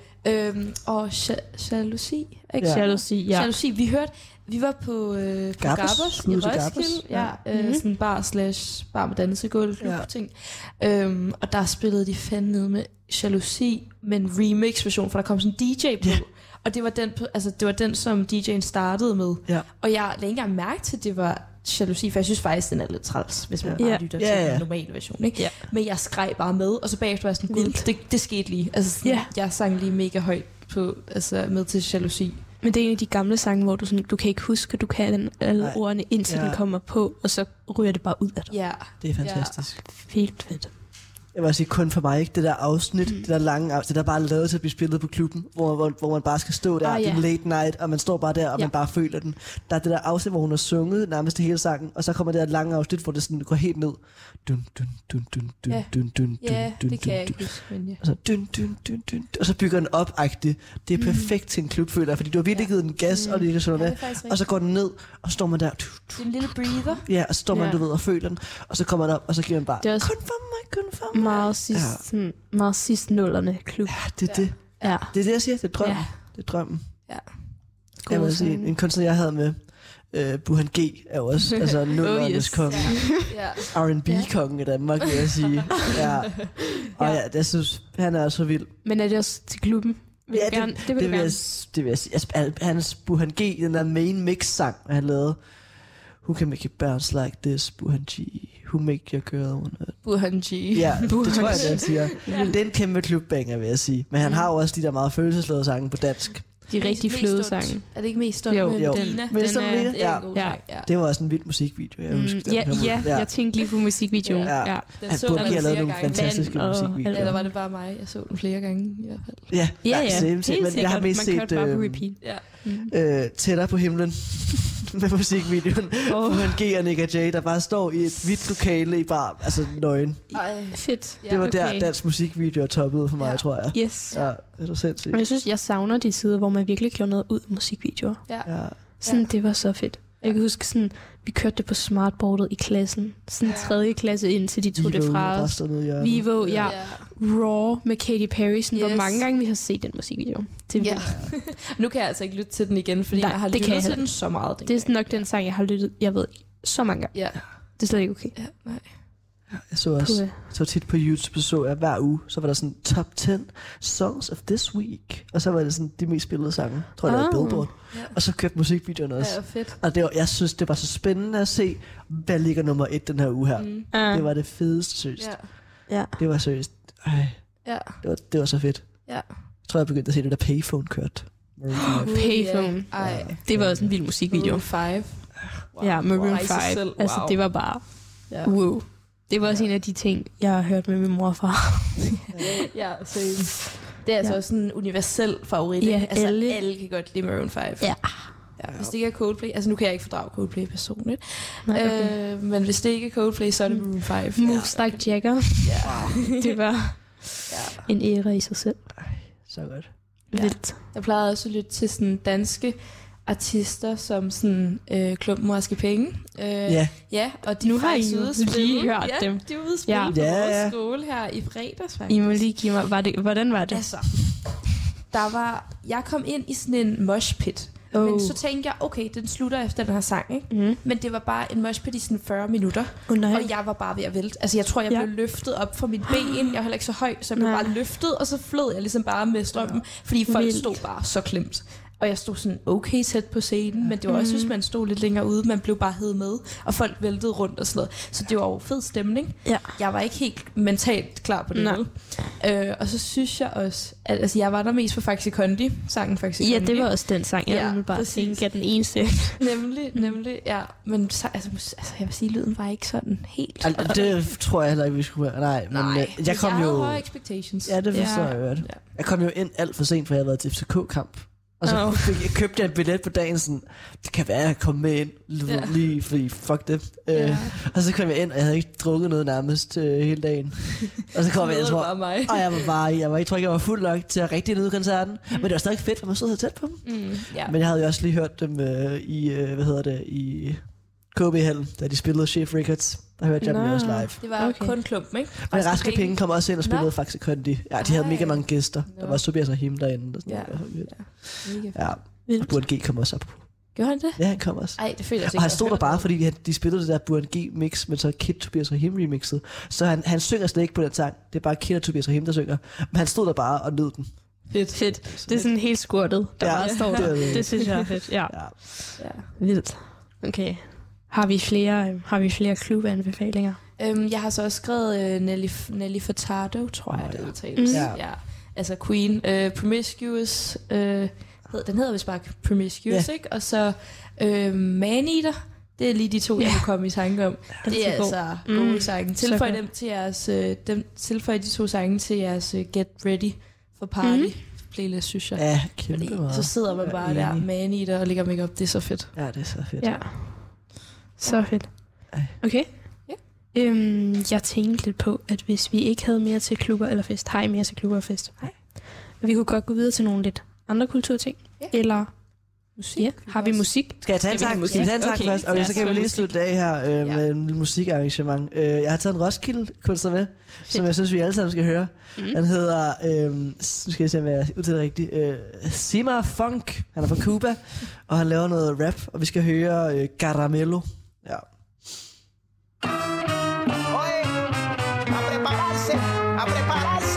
Jalousi. Ikke? Jalousi, vi var på Gabers i Roskilde. Sådan bar med dansegulv ting. Og der spillede de fandme ned med Jalousi, med en remix-version, for der kom sådan en DJ på. Og det var den, som DJ'en startede med. Og jeg lagde ikke engang mærke til, at det var Jalousi, for jeg synes faktisk, den er lidt træls, hvis man bare lytter til den normale version. Ikke? Men jeg skreg bare med, og så bagefter var jeg sådan, gud, det skete lige. Altså, sådan, jeg sang lige mega højt på, altså, med til Jalousi. Men det er en af de gamle sange, hvor du kan ikke huske, at du kan alle ordene, indtil den kommer på, og så ryger det bare ud af dig. Ja. Det er fantastisk. Helt fedt. Jeg vil sige, kun for mig, ikke? Det der afsnit, det der lange afsnit, det der bare er lavet til at blive spillet på klubben, hvor man bare skal stå der, en late night, og man står bare der, og man bare føler den. Der er det der afsnit, hvor hun har sunget nærmest hele sangen, og så kommer det der lange afsnit, hvor det sådan går helt ned. Dun, dun, dun, dun, dun, dun, dun, dun, det kan jeg ikke huske, men og så dun, dun, dun, dun, og så bygger den op-agtigt. Det er perfekt til en klub, føler jeg, fordi du har virkelig givet den gas, og det er sådan med, og så går den ned, og så står man der. Det er en lille breather. Ja, og så står man, du ved, og føler den, og så kommer den op, og så giver man bare, kun for mig. Meget sidst nullerne klub. Ja, det er det. Ja. Det er det, jeg siger. Det er drømmen. Det er drømmen. Ja. Jeg vil sige, en kunstner, jeg havde med, Burhan G, er jo også altså nullernes konge. R&B-kongen i Danmark, vil jeg sige. Og jeg synes, han er så vild. Men er det også til klubben? Det vil jeg sige. Hans Burhan G, den der main mix-sang, han lavede. Who can make it bounce like this, Burhan G? Who make your girl wanna... Burhan G. Ja, det tror jeg, det han siger. Det er en kæmpe klubbanger, vil jeg sige. Men han har jo også de der meget følelsesladede sange på dansk. De rigtig fløde sange. Er det ikke mest stolt med Medina? Det var også en vild musikvideo, jeg husker. Jeg tænkte lige på musikvideoen. Han burde have lavet nogle fantastiske musikvideoer. Eller var det bare mig? Jeg så den flere gange i hvert fald. Men jeg har mest set Tættere på himlen med musikvideoen. Burhan G og Nick J, der bare står i et hvidt lokale i bar, altså nøgen. Fedt. Det var der dansk musikvideo toppede for mig, tror jeg. Yes. Ja, det er sindssygt. Men jeg synes, jeg savner de sider, hvor man virkelig gjorde noget ud af musikvideoer. Sådan, det var så fedt. Jeg kan huske sådan, vi kørte det på smartboardet i klassen. Sådan 3. klasse ind til de tog det fra os. Vivo, Raw med Katy Perry. Sådan, hvor mange gange vi har set den musikvideo. Nu kan jeg altså ikke lytte til den igen, fordi jeg har lyttet til den så meget. Det er nok den sang, jeg har lyttet, jeg ved ikke, så mange gange. Det er slet ikke okay. Nej. Jeg så også så tit på YouTube, så jeg hver uge, så var der sådan top 10 songs of this week, og så var det sådan de mest spillede sange, tror jeg, det var Billboard. Og så kørte musikvideoen også. Fedt. Og jeg synes, det var så spændende at se, hvad ligger nummer 1 den her uge her. Det var det fedeste, seriøst. Det var seriøst. Det var så fedt. Jeg tror, jeg begyndte at se det der Payphone kørte. Payphone. Det var også en vild musikvideo. Maroon 5. Ja, Maroon 5. Altså, det var bare wow. Det var også en af de ting, jeg har hørt med min mor og far. Ja, så det er altså også en universel favorit. Ja, altså, alle. alle kan godt lide Maroon 5. Ja. Ja, hvis det ikke er Coldplay, altså nu kan jeg ikke fordrage Coldplay personligt, Nej, okay. men hvis det ikke er Coldplay, så er det Maroon 5. Moves like Jagger. Ja. Det var en æra i sig selv. Så godt. Vildt. Jeg plejede også at lytte til sådan danske artister, som sådan Klumpen og Aske Penge. Ja, og de Nu har I faktisk jo ude at spille. lige hørt dem. De er ude at spille Ja. på vores skole her i fredags, faktisk. I må lige give mig, hvordan var det? Altså, jeg kom ind i sådan en moshpit. Men så tænkte jeg, okay, den slutter efter den her sang, ikke? Mm. Men det var bare en moshpit i sådan 40 minutter. Nej. Og jeg var bare ved at vælte. Altså, jeg tror, jeg blev løftet op fra mit ben. Jeg er heller ikke så høj, så jeg blev bare løftet, og så flød jeg ligesom bare med strømmen. Fordi folk stod bare så klemt. Og jeg stod sådan okay tæt på scenen, men det var også, hvis man stod lidt længere ude, man blev bare hevet med, og folk væltede rundt og sådan noget. Så det var jo fed stemning. Ja. Jeg var ikke helt mentalt klar på det. Og så synes jeg også, at altså, jeg var der mest på Faxi Kondi, sangen Faxi Kondi. Ja, det var også den sang, jeg umiddelbart tænkte, den eneste. Nemlig, ja. Men altså, jeg vil sige, lyden var ikke sådan helt. Det tror jeg heller ikke, vi skulle være. Nej, men jeg kom jo... høje expectations. Ja, det forstår jeg godt. Ja. Jeg kom jo ind alt for sent, for jeg havde været til FCK-kamp. Og så købte jeg en billet på dagen, sådan, det kan være, at jeg kom med ind, lige fordi fuck det. Og så kom jeg ind, og jeg havde ikke drukket noget nærmest hele dagen. Og så kom jeg, tror, og jeg tror ikke, jeg var fuld nok til at rigtig nyde koncerten. Men det var stadig fedt, for man stod så tæt på dem. Men jeg havde jo også lige hørt dem i KB-hallen, da de spillede Chef Records. Der hørte jeg dem også live. Det var kun Klumpen, ikke? Men Raske Penge kom også ind og spillede Faxe Kondi. Ja, de havde mega mange gæster. Der var Tobias Rahim derinde. Og Burhan G kom også op. Gjorde han det? Ja, han kom også. Ej, det føler jeg ikke. Og han stod der bare, fordi de spillede det der Burhan G-mix, men så Kid Tobias Rahim remixet. Så han synger slet ikke på den sang. Det er bare Kid og Tobias Rahim, der synger. Men han stod der bare og nød den. Fedt. Det er sådan helt skurtet, der bare står der. Det synes jeg er fedt. Ja. Vildt. Okay. Har vi flere klubanbefalinger? Jeg har så også skrevet Nelly Furtado, tror jeg, det udtales. Ja. Altså Queen. Promiscuous. Den hedder vist bare Promiscuous, ikke? Og så Maneater. Det er lige de to, jeg kan komme i tanke om. Det er altså gode sange. Tilføj de to sange til jeres Get Ready for Party playlist, synes jeg. Ja, kæmpe meget. Så sidder man bare der, Maneater, og lægger make-up. Det er så fedt. Ja, det er så fedt. Ja. Så fedt. Okay. Ja. Jeg tænkte lidt på, at hvis vi ikke havde mere til klubber eller fest, har I mere til klubber og fest? Nej. Vi kunne godt gå videre til nogle lidt andre kulturting. Ja. Eller musik. Ja. Har vi musik? Skal jeg tage en sang? Skal vi tage en sang først? Okay, så kan vi lige slutte af her med en musikarrangement. Jeg har taget en Roskilde-kunstner med, som jeg synes, vi alle sammen skal høre. Han hedder, nu skal jeg se, om jeg udtaler rigtigt, Sima Funk. Han er fra Cuba, og han laver noget rap, og vi skal høre Caramelo. Ja. A prepararse.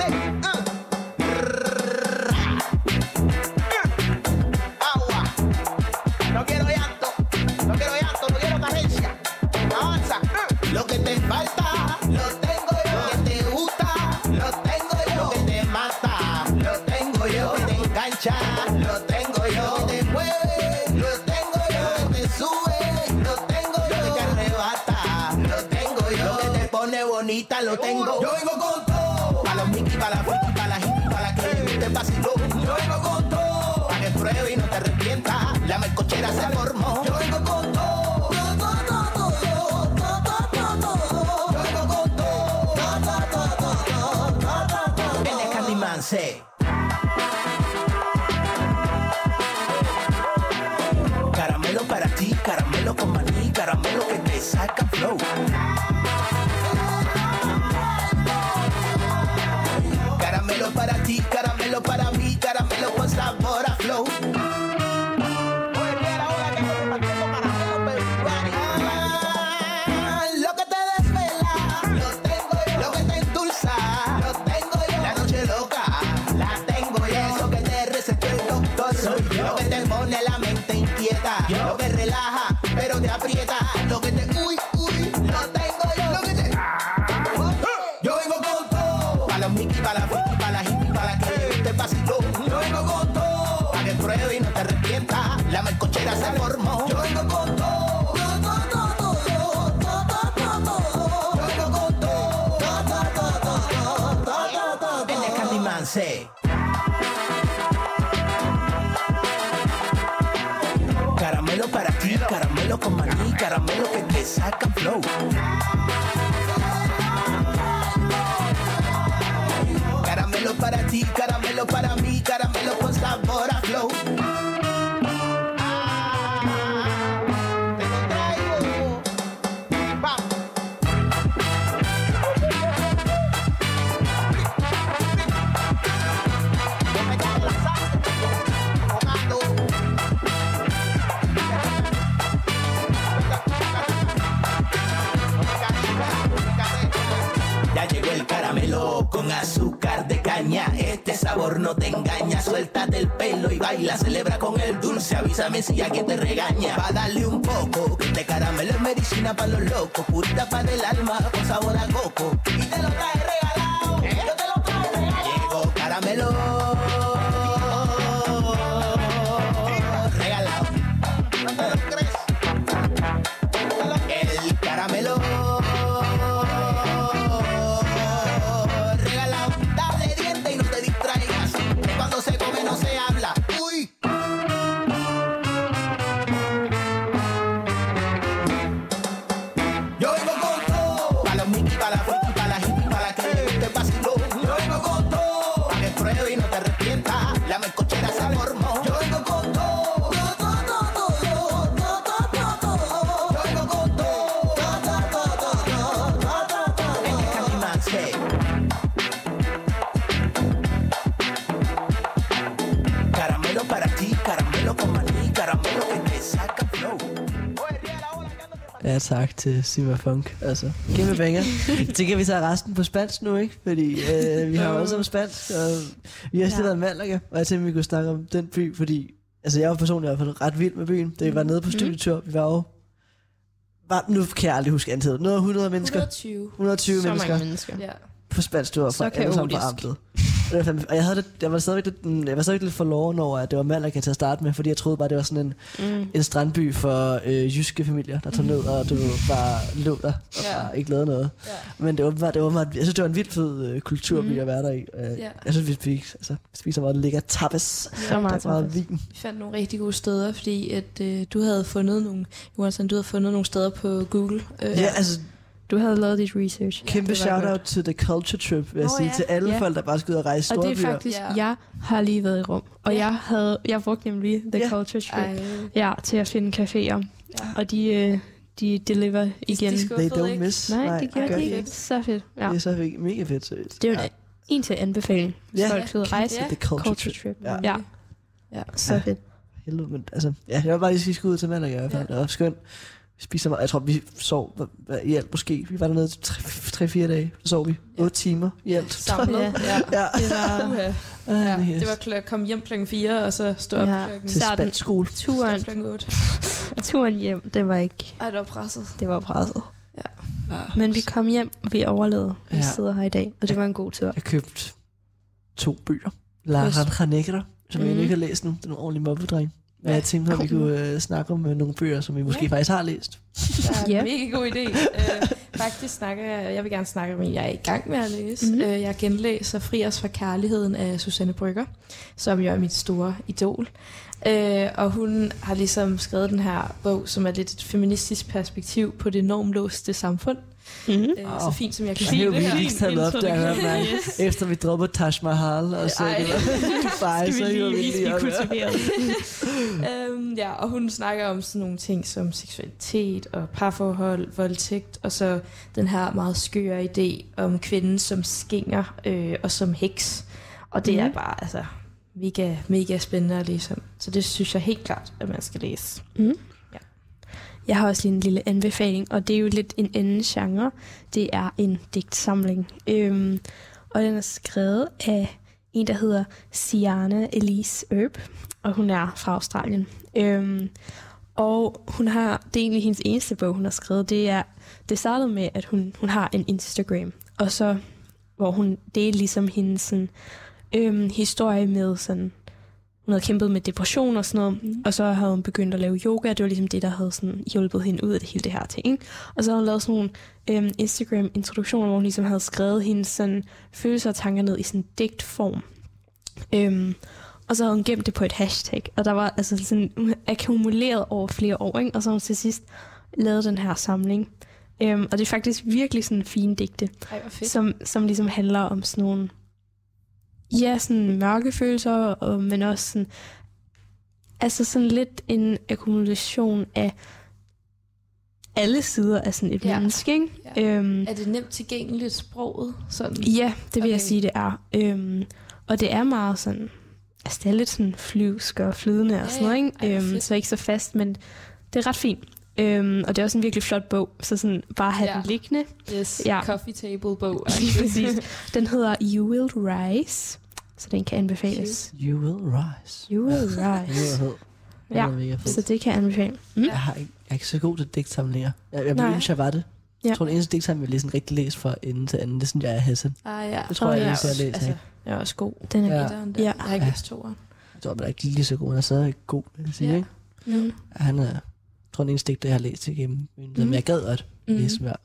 Agua. No quiero llanto, no quiero carencia. Avanza. Lo que te falta, lo tengo yo. Lo que te gusta, lo tengo yo. Lo que te mata, lo tengo yo. Lo que te engancha, lo tengo yo. Lo que te mueve, lo tengo yo. Lo que te sube, lo tengo yo. Lo que te arrebata, lo tengo yo. Lo que te pone bonita, lo tengo. Yo vengo con pa' los Mickey, pa' la Friki, pa' la hippie, pa' la que te vaciló. Yo vengo con todo, pa' que pruebe y no te arrepientas. La melcochera se formó. Yo vengo con todo, yo vengo con todo. Viene Candyman, sí. Caramelo para ti, caramelo con maní, caramelo que te saca flow. Caramelo para ti, caramelo para mí, caramelo con sabor a flow. Lo que te desvela, lo tengo yo. Lo que te endulza, lo tengo yo. La noche loca, la tengo yo. Eso que te recetó el doctor soy yo. Lo que te pone la mente inquieta, lo que relaja, pero te aprieta. Lo que te lo tengo yo. Lo que te yo vengo con todo, pa' los Mickey, pa' la Friki, pa' la hippie, pa' la que te vaciló. Yo vengo con todo, pa' que pruebe y no te arrepientas. La melcochera se formó. Yo vengo con todo, yo vengo con todo. say. Caramelo para ti, caramelo con maní, caramelo que te saca flow. Caramelo para ti, caramelo para mí, caramelo con sabor a flow. Caramelo con azúcar de caña, este sabor no te engaña. Suéltate el pelo y baila, celebra con el dulce. Avísame si alguien te regaña. Va a darle un poco, que este caramelo es medicina para los locos. Purita para el alma, con sabor a coco. Y te lo trae regalado, yo te lo trae regalado. Llegó caramelo regalado. ¿No te lo crees? El caramelo se come, no se habla. Uy. Yo vengo con todo. Pa' los Mickey, pa' la Friki, pa' la hippie, pa' la que te vaciló. Yo vengo con todo. Pa' que pruebe y no te arrepientas. La melcochera se formó. Yo vengo con todo. Yo vengo con todo. Este Candyman se. Para ti, caramelo con maní, caramelo que te saca flow. Ja, tak til Sima Funk. Altså, kæmpe banger. Jeg tænker, vi tager resten på spansk nu, ikke? Fordi vi har jo også om spansk, og vi har stillet Malaga, og jeg tænkte, vi kunne snakke om den by, fordi altså, jeg var personligt i hvert fald ret vild med byen. Da vi var nede på studietur, vi var jo... Nu kan jeg aldrig huske antallet. Noget 100 mennesker. 120 så mennesker. Mange mennesker. Ja. På spansk, det var så alle sammen på amtet. Og jeg var stadigvæk lidt forloren over, at det var Malaga til at starte med, fordi jeg troede bare, det var sådan en strandby for jyske familier, der tog ned, og du bare lå der og bare ikke lavede noget. Ja. Men det var jeg synes, det var en vildt fed kulturby at være der i. Jeg synes, vi spiser meget lækker tapas. Så meget vin. Vi fandt nogle rigtig gode steder, fordi at du havde fundet nogle steder på Google. Ja, altså... Du havde lavet dit research. Kæmpe shout-out til The Culture Trip, vil jeg sige, til alle folk, der bare skal ud og rejse storbyer. Og det er faktisk, jeg har lige været i Rom, og jeg brugte nemlig The Culture Trip til at finde caféer. Og de deliver igen. They don't miss. Nej, det gør de ikke. Så fedt. Ja. Det er så mega fedt. Seriøst. Det er jo en til anbefaling, hvis folk skal ud og rejse. The Culture Trip. Ja. Så fedt. Helvede, men altså, jeg var bare lige skal ud til Malaga i hvert fald. Det var skønt. Vi spiser meget. Jeg tror, vi sov i alt måske. Vi var dernede 3-4 dage. Så sov vi 8 timer i alt. Samlet. Ja. Det var kom hjem klokken 4, og så stå op klokken... Til spansk skole. Turen hjem, det var ikke... Ej, det var presset. Det var presset. Ja. Men vi kom hjem, vi overlevede. Vi sidder her i dag, og det var en god tur. Jeg købte 2 bøger. La Ranja Negra, som jeg ikke har læst nu. Det er nogle ordentlige mobbedreng. Men jeg tænkte, at vi kunne snakke om nogle bøger, som vi måske faktisk har læst. Det er en mega god idé. Faktisk jeg vil gerne snakke om en, jeg er i gang med at læse. Jeg genlæser Fri os fra kærligheden af Susanne Brøgger, som jo er mit store idol. Og hun har ligesom skrevet den her bog, som er lidt et feministisk perspektiv på det normlåste samfund. Så fint som jeg kan sige det her. Det er jo vildt taget op, der har hørt mig. Efter vi droppede Taj Mahal, og så det var Dubai, så er vi lige kultiveret. Og hun snakker om sådan nogle ting som seksualitet og parforhold, voldtægt, og så den her meget skøre idé om kvinden som skinger og som heks. Og det er bare altså mega spændende at læse om. Så det synes jeg helt klart, at man skal læse. Jeg har også lige en lille anbefaling, og det er jo lidt en anden genre. Det er en digtsamling. Og den er skrevet af en, der hedder Siana Elise Erb, og hun er fra Australien. Og det er egentlig hendes eneste bog, hun har skrevet. Det startede med, at hun har en Instagram, og så hvor hun delte ligesom hendes sådan, historie med sådan, hun havde kæmpet med depression og sådan noget, og så havde hun begyndt at lave yoga, det var ligesom det, der havde sådan hjulpet hende ud af hele det her ting. Og så havde hun lavet sådan nogle Instagram-introduktioner, hvor hun ligesom havde skrevet hendes sådan følelser og tanker ned i sådan digtform. Og så havde hun gemt det på et hashtag, og der var altså sådan akkumuleret over flere år, ikke? Og så har hun til sidst lavet den her samling. Og det er faktisk virkelig sådan fine digte, som ligesom handler om sådan nogle sådan mørke følelser, men også sådan, altså sådan lidt en akkumulation af alle sider af sådan et menneske, ikke? Ja. Er det nemt tilgængeligt sproget? Sådan? Ja, det vil jeg sige, det er. Og det er meget sådan, altså det er lidt sådan flyvsk og flydende og sådan noget, ikke? Så ikke så fast, men det er ret fint. Og det er også en virkelig flot bog, så sådan bare have den liggende. Yes, coffee table bog. Præcis. Den hedder You Will Rise, så den kan anbefales. You Will Rise. You Will Rise. Ja, så det kan jeg anbefale. Jeg er ikke så god til digtsamlinger. Jeg ønsker, jeg var det. Jeg tror, den eneste digtsamling, jeg lige rigtig læst fra ende til anden, det synes jeg er Hassan. Det tror jeg, jeg læst. Altså, jeg er også god. Den er jeg har ikke læst 2'eren. Jeg tror, han er ikke lige så god. Han er stadig god, vil jeg sige, ikke? Han er, jeg tror, den eneste digter, jeg har læst igennem. Men jeg gad godt læse mere.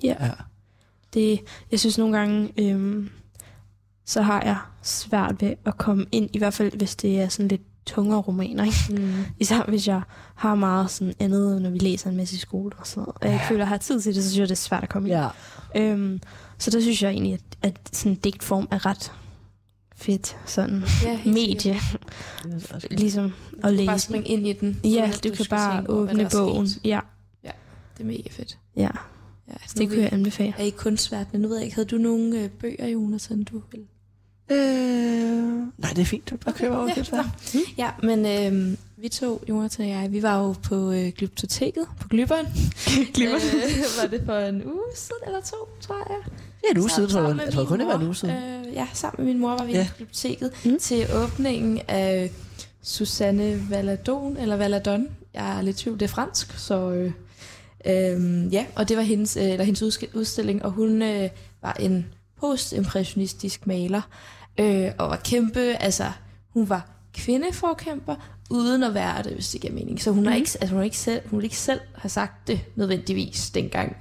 Det, jeg synes nogle gange, så har jeg svært ved at komme ind, i hvert fald hvis det er sådan lidt tungere romaner, ikke? Især hvis jeg har meget sådan andet, når vi læser en masse i skole og sådan noget. Og jeg ikke føler, at jeg har tid til det, så synes jeg, det er svært at komme ind. Så der synes jeg egentlig, at sådan en digtform er ret fedt, sådan medie, ligesom at læse. Bare springe ind i den. Ja, du kan bare åbne bogen. Ja, det er mega fedt. Ja, det kunne jeg anbefale. Er I kunstverdenen? Nu ved jeg ikke, havde du nogle bøger, Jonathan, du vil? Nej, det er fint. Du bare køber over det. Ja, men vi to, Jonathan og jeg, vi var jo på Glyptoteket, på Glyberen. Var det for en uge siden eller 2, tror jeg? Ja, en uge siden, tror jeg. Jeg tror kun, det var en uge siden. Sammen med min mor var vi på Glyptoteket til åbningen af Susanne Valadon, eller Valadon. Jeg er lidt tvivl, det er fransk, så og det var hendes udstilling, og hun var en postimpressionistisk maler, og var kæmpe, altså hun var kvindeforkæmper, uden at være det, hvis det giver mening. Så hun har ikke, altså hun vil ikke selv have sagt det nødvendigvis dengang,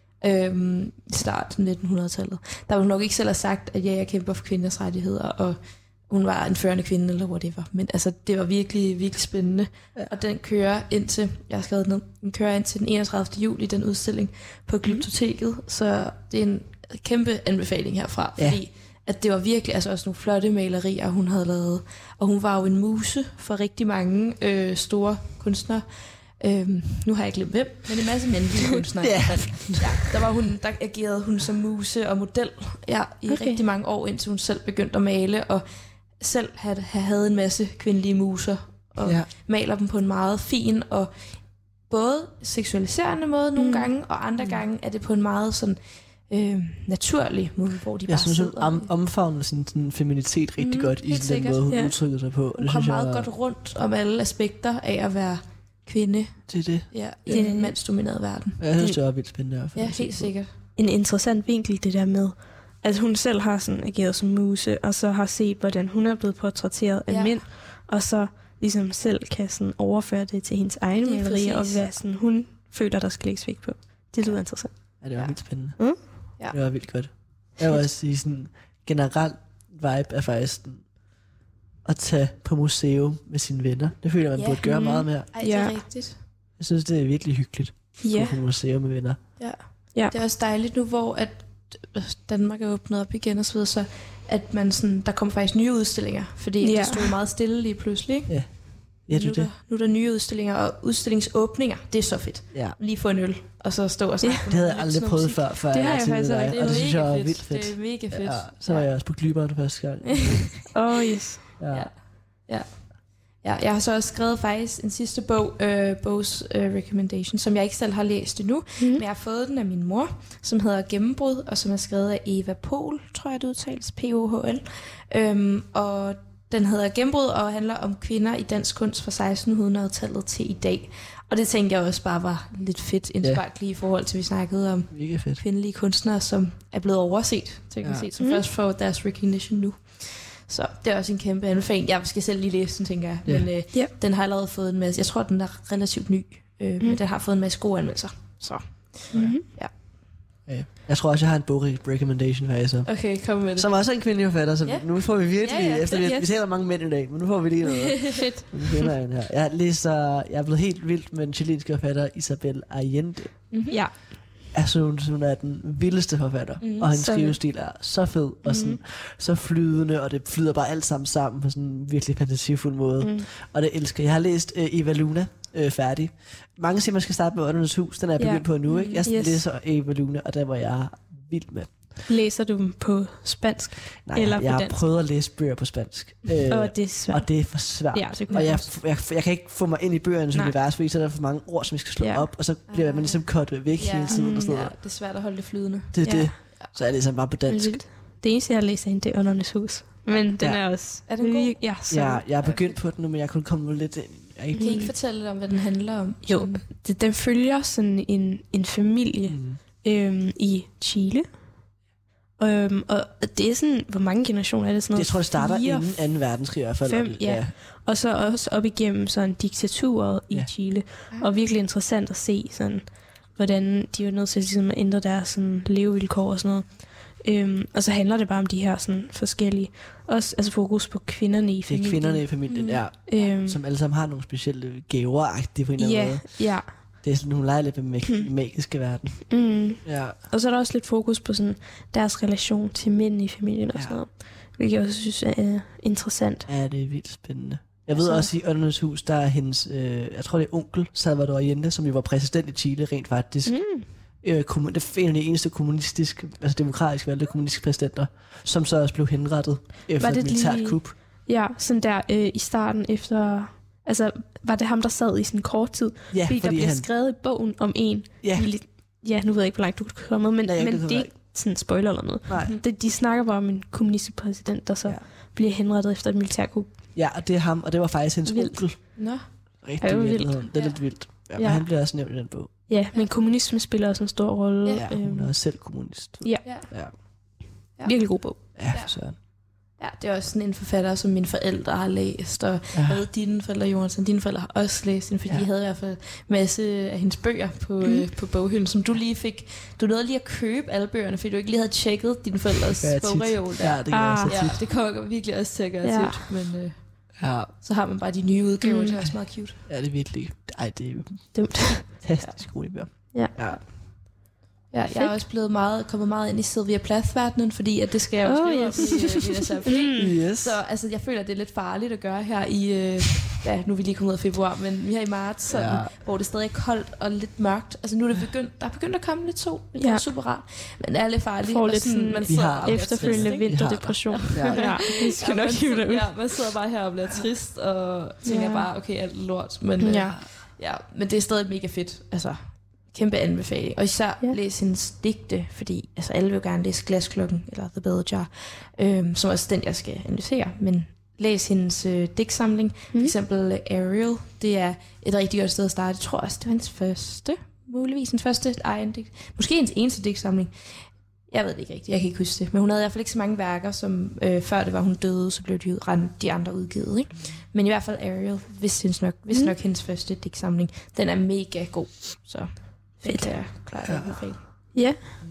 i starten af 1900-tallet. Der ville hun nok ikke selv have sagt, at jeg kæmper for kvinders rettigheder, og hun var en førende kvinde, eller whatever. Men altså, det var virkelig, virkelig spændende. Og den kører indtil, jeg har skrevet ned, den kører indtil den 31. juli, den udstilling på Glyptoteket. Så det er en kæmpe anbefaling herfra, fordi at det var virkelig altså også nogle flotte malerier, hun havde lavet. Og hun var jo en muse for rigtig mange store kunstnere. Nu har jeg glemt hvem, men en masse mandlige kunstnere. Der agerede hun som muse og model i rigtig mange år, indtil hun selv begyndte at male, og selv havde en masse kvindelige muser, og maler dem på en meget fin og både seksualiserende måde nogle gange, og andre gange er det på en meget sådan naturlig måde, hvor de bare sidder. Jeg synes, hun omfavner sin feminitet rigtig godt i den måde, hun udtrykker sig på. Hun kom meget godt rundt om alle aspekter af at være kvinde. Det er det. Ja, i en mandsdomineret verden. Jeg synes, det var vildt spændende. Ja, helt sikkert. En interessant vinkel, det der med, at hun selv har sådan ageret som muse, og så har set, hvordan hun er blevet portrætteret af mænd, og så ligesom selv kan sådan overføre det til hendes egne malerier, og hvad sådan, hun føler, der skal lægges vægt på. Det lyder interessant. Ja, det var vildt spændende. Det var vildt godt. Jeg vil også sige sådan, generelt vibe er faktisk sådan, at tage på museum med sine venner. Det føler man burde gøre meget mere. Ej, det er rigtigt. Jeg synes, det er virkelig hyggeligt at gå på museum med venner. Ja. Det er også dejligt nu, hvor at Danmark er åbnet op igen og så videre, så at man sådan, der kommer faktisk nye udstillinger, fordi det stod meget stille lige pludselig. Ikke? Ja, det. Nu er der nye udstillinger, og udstillingsåbninger, det er så fedt. Ja. Lige få en øl, og så stå og snakke. Det havde jeg aldrig prøvet før det har jeg faktisk og det synes jeg var vildt fedt. Det er mega fedt. Ja, så var jeg også på Glyberen første gang. Yes. Ja, jeg har så også skrevet faktisk en sidste bogs recommendation, som jeg ikke selv har læst endnu, men jeg har fået den af min mor, som hedder Gennembrud, og som er skrevet af Eva Pohl, tror jeg det udtales, P-O-H-L. Og den hedder Gennembrud og handler om kvinder i dansk kunst fra 1600-tallet til i dag. Og det tænkte jeg også bare var lidt fedt indspark lige i forhold til, vi snakkede om kvindelige kunstnere, som er blevet overset, som først får deres recognition nu. Så det er også en kæmpe anbefaling. Jeg skal selv lige læse den, tænker jeg. Men den har allerede fået en masse. Jeg tror, den er relativt ny, men den har fået en masse gode anmeldelser. Så Ja. Jeg tror også, jeg har en bog-recommendation her, så. Okay, kom med det. Som også er en kvindelig forfatter, så nu får vi virkelig, efter vi taler mange mænd i dag, men nu får vi lige noget. Fedt. Her. Jeg er blevet helt vildt med den chilenske forfatter Isabel Allende. Mm-hmm. Ja. Altså, hun er den vildeste forfatter, og hendes skrivestil er så fed, og sådan, så flydende, og det flyder bare alt sammen på sådan en virkelig fantasifuld måde. Og det elsker jeg. Jeg har læst Eva Luna færdig. Mange siger, man skal starte med Åndernes Hus, den er jeg begyndt på nu, ikke? Jeg læser Eva Luna, og der var jeg vild med. Læser du dem på spansk? Nej, eller jeg på har prøvet at læse bøger på spansk. Og det er svært. Og det er for svært. Ja, og jeg kan ikke få mig ind i bøgernes univers, fordi så er der for mange ord, som vi skal slå op, og så bliver man ligesom cuttet væk hele tiden. Og sådan noget. Det er svært at holde det flydende. Det er det. Så er det ligesom bare på dansk. Det eneste, jeg har læst af hende, det er Åndernes Hus. Men den er også... Er den god? Ja, jeg er begyndt på den nu, men jeg kunne komme lidt ind. Kan I ikke fortælle lidt om, hvad den handler om? Jo, den følger sådan en familie i Chile. Og det er sådan, hvor mange generationer er det? Sådan noget, jeg tror, det starter inden 2. verdenskrig i hvert fald. 5, ja. Og så også op igennem sådan diktaturet i Chile. Og virkelig interessant at se, sådan, hvordan de er nødt til ligesom, at ændre deres sådan, levevilkår og sådan noget. Og så handler det bare om de her sådan, forskellige, også altså fokus på kvinderne i familien. Det er kvinderne i familien, som alle sammen har nogle specielle gaver-agtige på en eller anden måde. Ja. Det er sådan, hun leger lidt med magiske verden. Ja. Og så er der også lidt fokus på sådan, deres relation til mænd i familien og sådan noget. Hvilket jeg også synes er interessant. Ja, det er vildt spændende. Jeg ved også, i Åndernes Hus, der er hendes, jeg tror det er onkel, Salvador Allende, som jo var præsident i Chile rent faktisk. Det er en af de eneste demokratisk valgte kommunistiske præsidenter, som så også blev henrettet efter et militært kup. Ja, sådan der i starten efter... Altså, var det ham, der sad i sådan kort tid? Ja, fordi der bliver skrevet i bogen om en... Ja, nu ved jeg ikke, hvor langt du kan komme, men det er ikke sådan spoiler eller noget. De snakker bare om en kommunistisk præsident, der så bliver henrettet efter et militærkup. Ja, og det er ham, og det var faktisk hendes onkel. Nå. Rigtig vildt. Det er lidt vildt. Ja, men han bliver også nævnt i den bog. Ja, men kommunismen spiller også en stor rolle. Ja, hun er også selv kommunist. Ja. Virkelig god bog. Ja, for søren. Ja, det er også sådan en forfatter, som mine forældre har læst, og jeg ved, dine forældre, Jonas, dine forældre har også læst den, fordi de havde i hvert fald en masse af hendes bøger på boghylden, som du lige fik. Du nåede lige at købe alle bøgerne, fordi du ikke lige havde tjekket dine forældres bogreol. Ja, det gør jeg så tit. Ja, det kommer virkelig også til at gøre tit, men så har man bare de nye udgaver, det er også meget cute. Ja, det er virkelig. Ej, det er dumt. Fantastisk gode bøger. Ja. Ja, jeg er også kommet meget ind i Sylvia Plath-verdenen, fordi at det skal jeg også skrive om. Så altså, jeg føler, at det er lidt farligt at gøre her i, nu er vi lige kommet ud af februar, men vi er i marts, sådan, hvor det stadig er koldt og lidt mørkt. Altså nu er det der er begyndt at komme lidt sol, det er super rart, men det er lidt farligt. Får lidt sådan, man sidder efterfølgende vinterdepression. Det skal nok hive det ud. Ja, man sidder bare her og bliver trist, og tænker bare, okay, alt lort, men, men det er stadig mega fedt, altså. Kæmpe anbefaling. Og især læs hendes digte, fordi altså, alle vil gerne læse Glasklokken, eller The Bell Jar, som også den, jeg skal analysere. Men læs hendes digtsamling. For eksempel Ariel. Det er et rigtig godt sted at starte. Jeg tror også, det var hendes første, muligvis hendes første egen digt. Måske hendes eneste digtsamling. Jeg ved det ikke rigtigt, jeg kan ikke huske det. Men hun havde i hvert fald ikke så mange værker, som før det var, hun døde, så blev de andre udgivet. Ikke? Men i hvert fald Ariel, hvis nok hendes første digtsamling. Den er mega god, så... Fedt. Jeg klar at anbefale. Ja.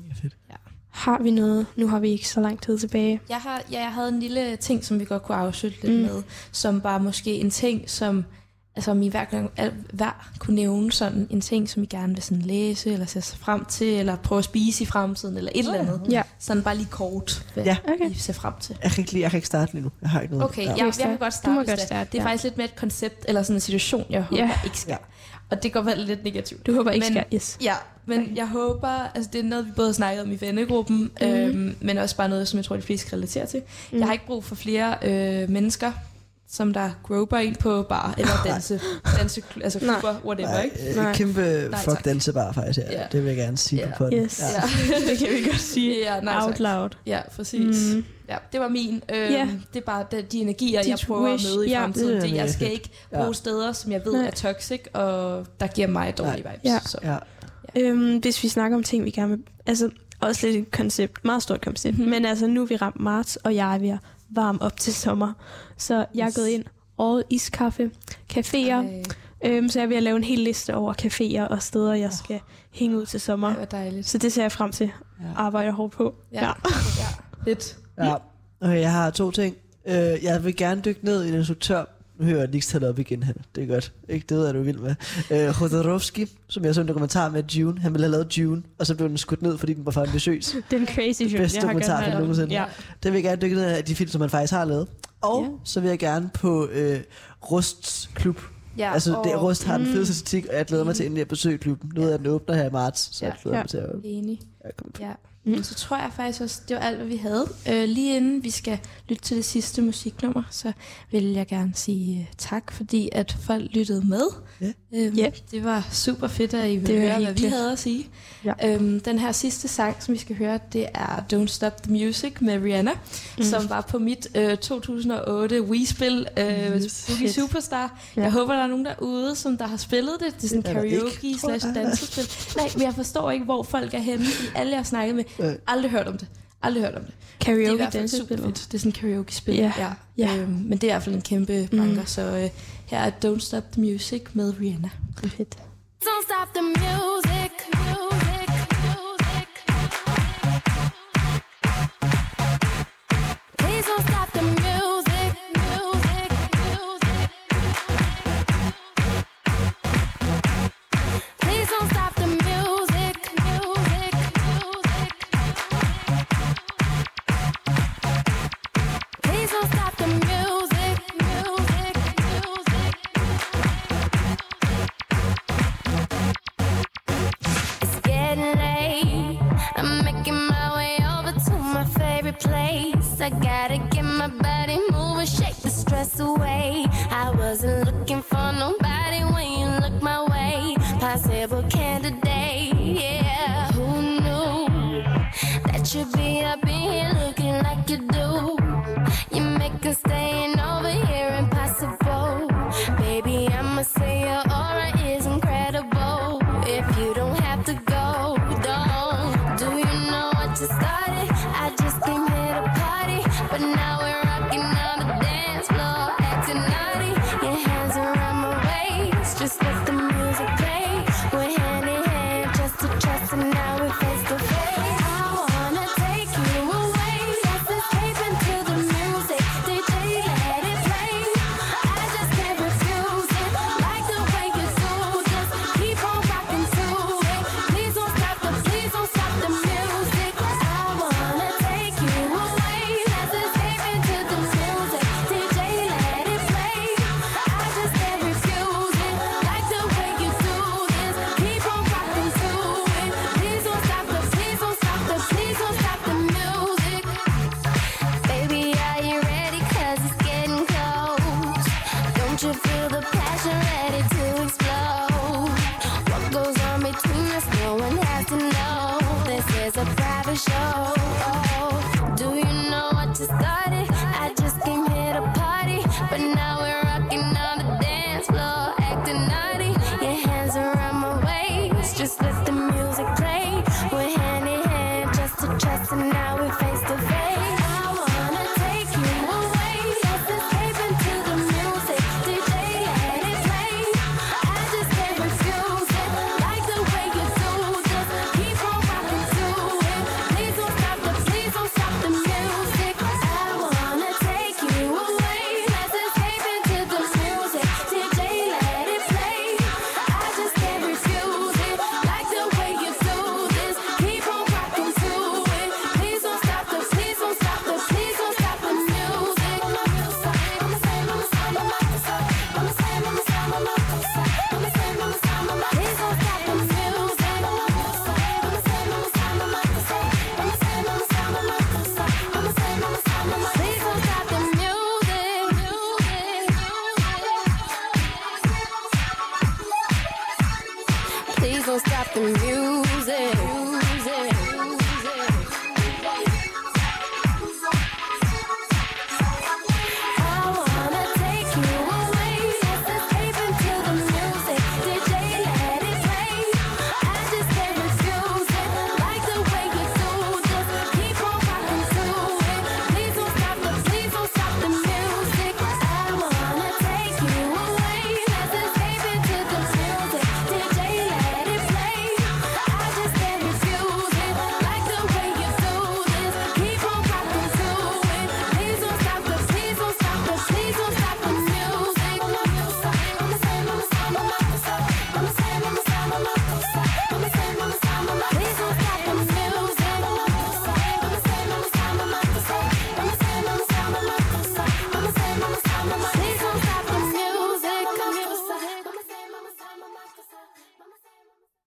Har vi noget? Nu har vi ikke så lang tid tilbage. Jeg havde en lille ting, som vi godt kunne afslutte lidt med, som bare måske en ting, som altså om I hver kunne nævne sådan en ting, som I gerne vil sådan læse, eller se sig frem til, eller prøve at spise i fremtiden, eller et eller andet. Ja. Sådan bare lige kort, hvad I ser frem til. Jeg kan ikke starte lige nu. Jeg har ikke noget. Okay, jeg kan godt starte. Det er faktisk lidt mere et koncept, eller sådan en situation, jeg håber ikke skal. Og det går vel lidt negativt. Du håber ikke skal, yes. Ja, men jeg håber, altså det er noget, vi både har snakket om i vennegruppen, men også bare noget, som jeg tror, de fleste kan relatere til. Jeg har ikke brug for flere mennesker, som der groper ind på bar eller danse altså klubber, whatever, ikke? Kæmpe fuck dansebar faktisk, det vil jeg gerne sige på den. Yes. Ja. Det kan vi godt sige out loud. Ja, præcis. Ja, det var min. Det er bare de energier, jeg prøver at møde i fremtiden. Jeg skal ikke bruge steder, som jeg ved er toxic, og der giver mig dårlige vibes. Så. Hvis vi snakker om ting, vi gerne vil... Altså, også lidt et koncept, meget stort koncept, men altså nu er vi ramt marts, og jeg er ved at varme op til sommer. Så jeg er gået ind all iskaffe, caféer, Så jeg vil lave en hel liste over caféer og steder, jeg skal hænge ud til sommer. Det var dejligt. Så det ser jeg frem til. Arbejder hårdt på. Ja. Fedt. Ja. Okay, jeg har 2 ting. Jeg vil gerne dykke ned i en instruktør. Nu hører jeg lige tage det op igen, han. Det er godt. Ikke det, du vil med. Jodorowsky, som jeg så en dokumentar med June. Han ville have lavet June, og så blev den skudt ned, fordi den var for ambitiøs. Den crazy film, bedste dokumentar for nogensinde. Ja. Det vil jeg gerne dykke ned af de film, som man faktisk har lavet. Og så vil jeg gerne på Rusts klub. Ja, altså, Rust har den fedeste statistik, og jeg glæder mig til endelig at besøge klubben. Nu er den åbner her i marts, så jeg glæder mig til at enig. komme på. Ja. Så tror jeg faktisk også, det var alt, hvad vi havde. Lige inden vi skal lytte til det sidste musiknummer, så vil jeg gerne sige tak, fordi at folk lyttede med. Det var super fedt, at I ville høre, hvad vi havde at sige. Ja. Den her sidste sang, som vi skal høre, det er Don't Stop the Music med Rihanna, som var på mit 2008 Wii-spil, Boogie Superstar. Ja. Jeg håber, der er nogen derude, som der har spillet det. Det er sådan karaoke/dansespil. Nej, men jeg forstår ikke, hvor folk er henne. Alle, jeg har snakket med, aldrig hørt om det. Karaoke dansespil. Det er sådan en karaoke-spil. Ja. Men det er i hvert fald en kæmpe banker, så her er Don't Stop the Music med Rihanna. Det er fedt. Don't stop the music, music, music. Please don't stop the music, music, music. Please don't stop the music, music, music. Please don't stop the music, music, music. It's getting late. I'm making my way over to my favorite place. I gotta get my body moving, shake the stress away. I wasn't looking for nobody when you look my way. Possible candidate, yeah. Who knew that you'd be up in here looking like you do? You make us staying over here impossible. Baby, I'ma say your aura is incredible. If you don't have to go, don't. Do you know what you started? I just came here to party, but now we're rocking on the dance floor, acting naughty. Your hands around my waist, just let the music play. We're hand in hand, just to trust, and now we're face to face. I wanna take you away, let's escape into the music. DJ, let it play. I just can't refuse it, like the way you do. Just keep on rocking to it. Please don't stop the music. I wanna take you away, let's escape into the music. DJ, let it play. I just can't refuse it, like the way you do this. Keep on rocking to it. Please don't stop the music. Baby, are you ready? 'Cause it's getting close. Don't you feel the passion ready to explode? What goes on between us, no one has to know. This is a private show. Do you know what you started? I just came here to party, but now we're rocking on the dance floor, acting naughty. Your hands around my waist, just let the music play. We're hand in hand, just to trust, and now we're face to face. I wanna take you away, let's escape into the music. DJ, let it play. I just can't refuse it, like the way you do. Just keep on rocking to it. Please don't stop the music. I wanna take you away, let's escape into the music. DJ, let it play. I just can't refuse it, like the way you do this. Keep on rocking to it. Please don't stop the music. Please don't stop the music. Please don't stop the music. Please don't stop the music.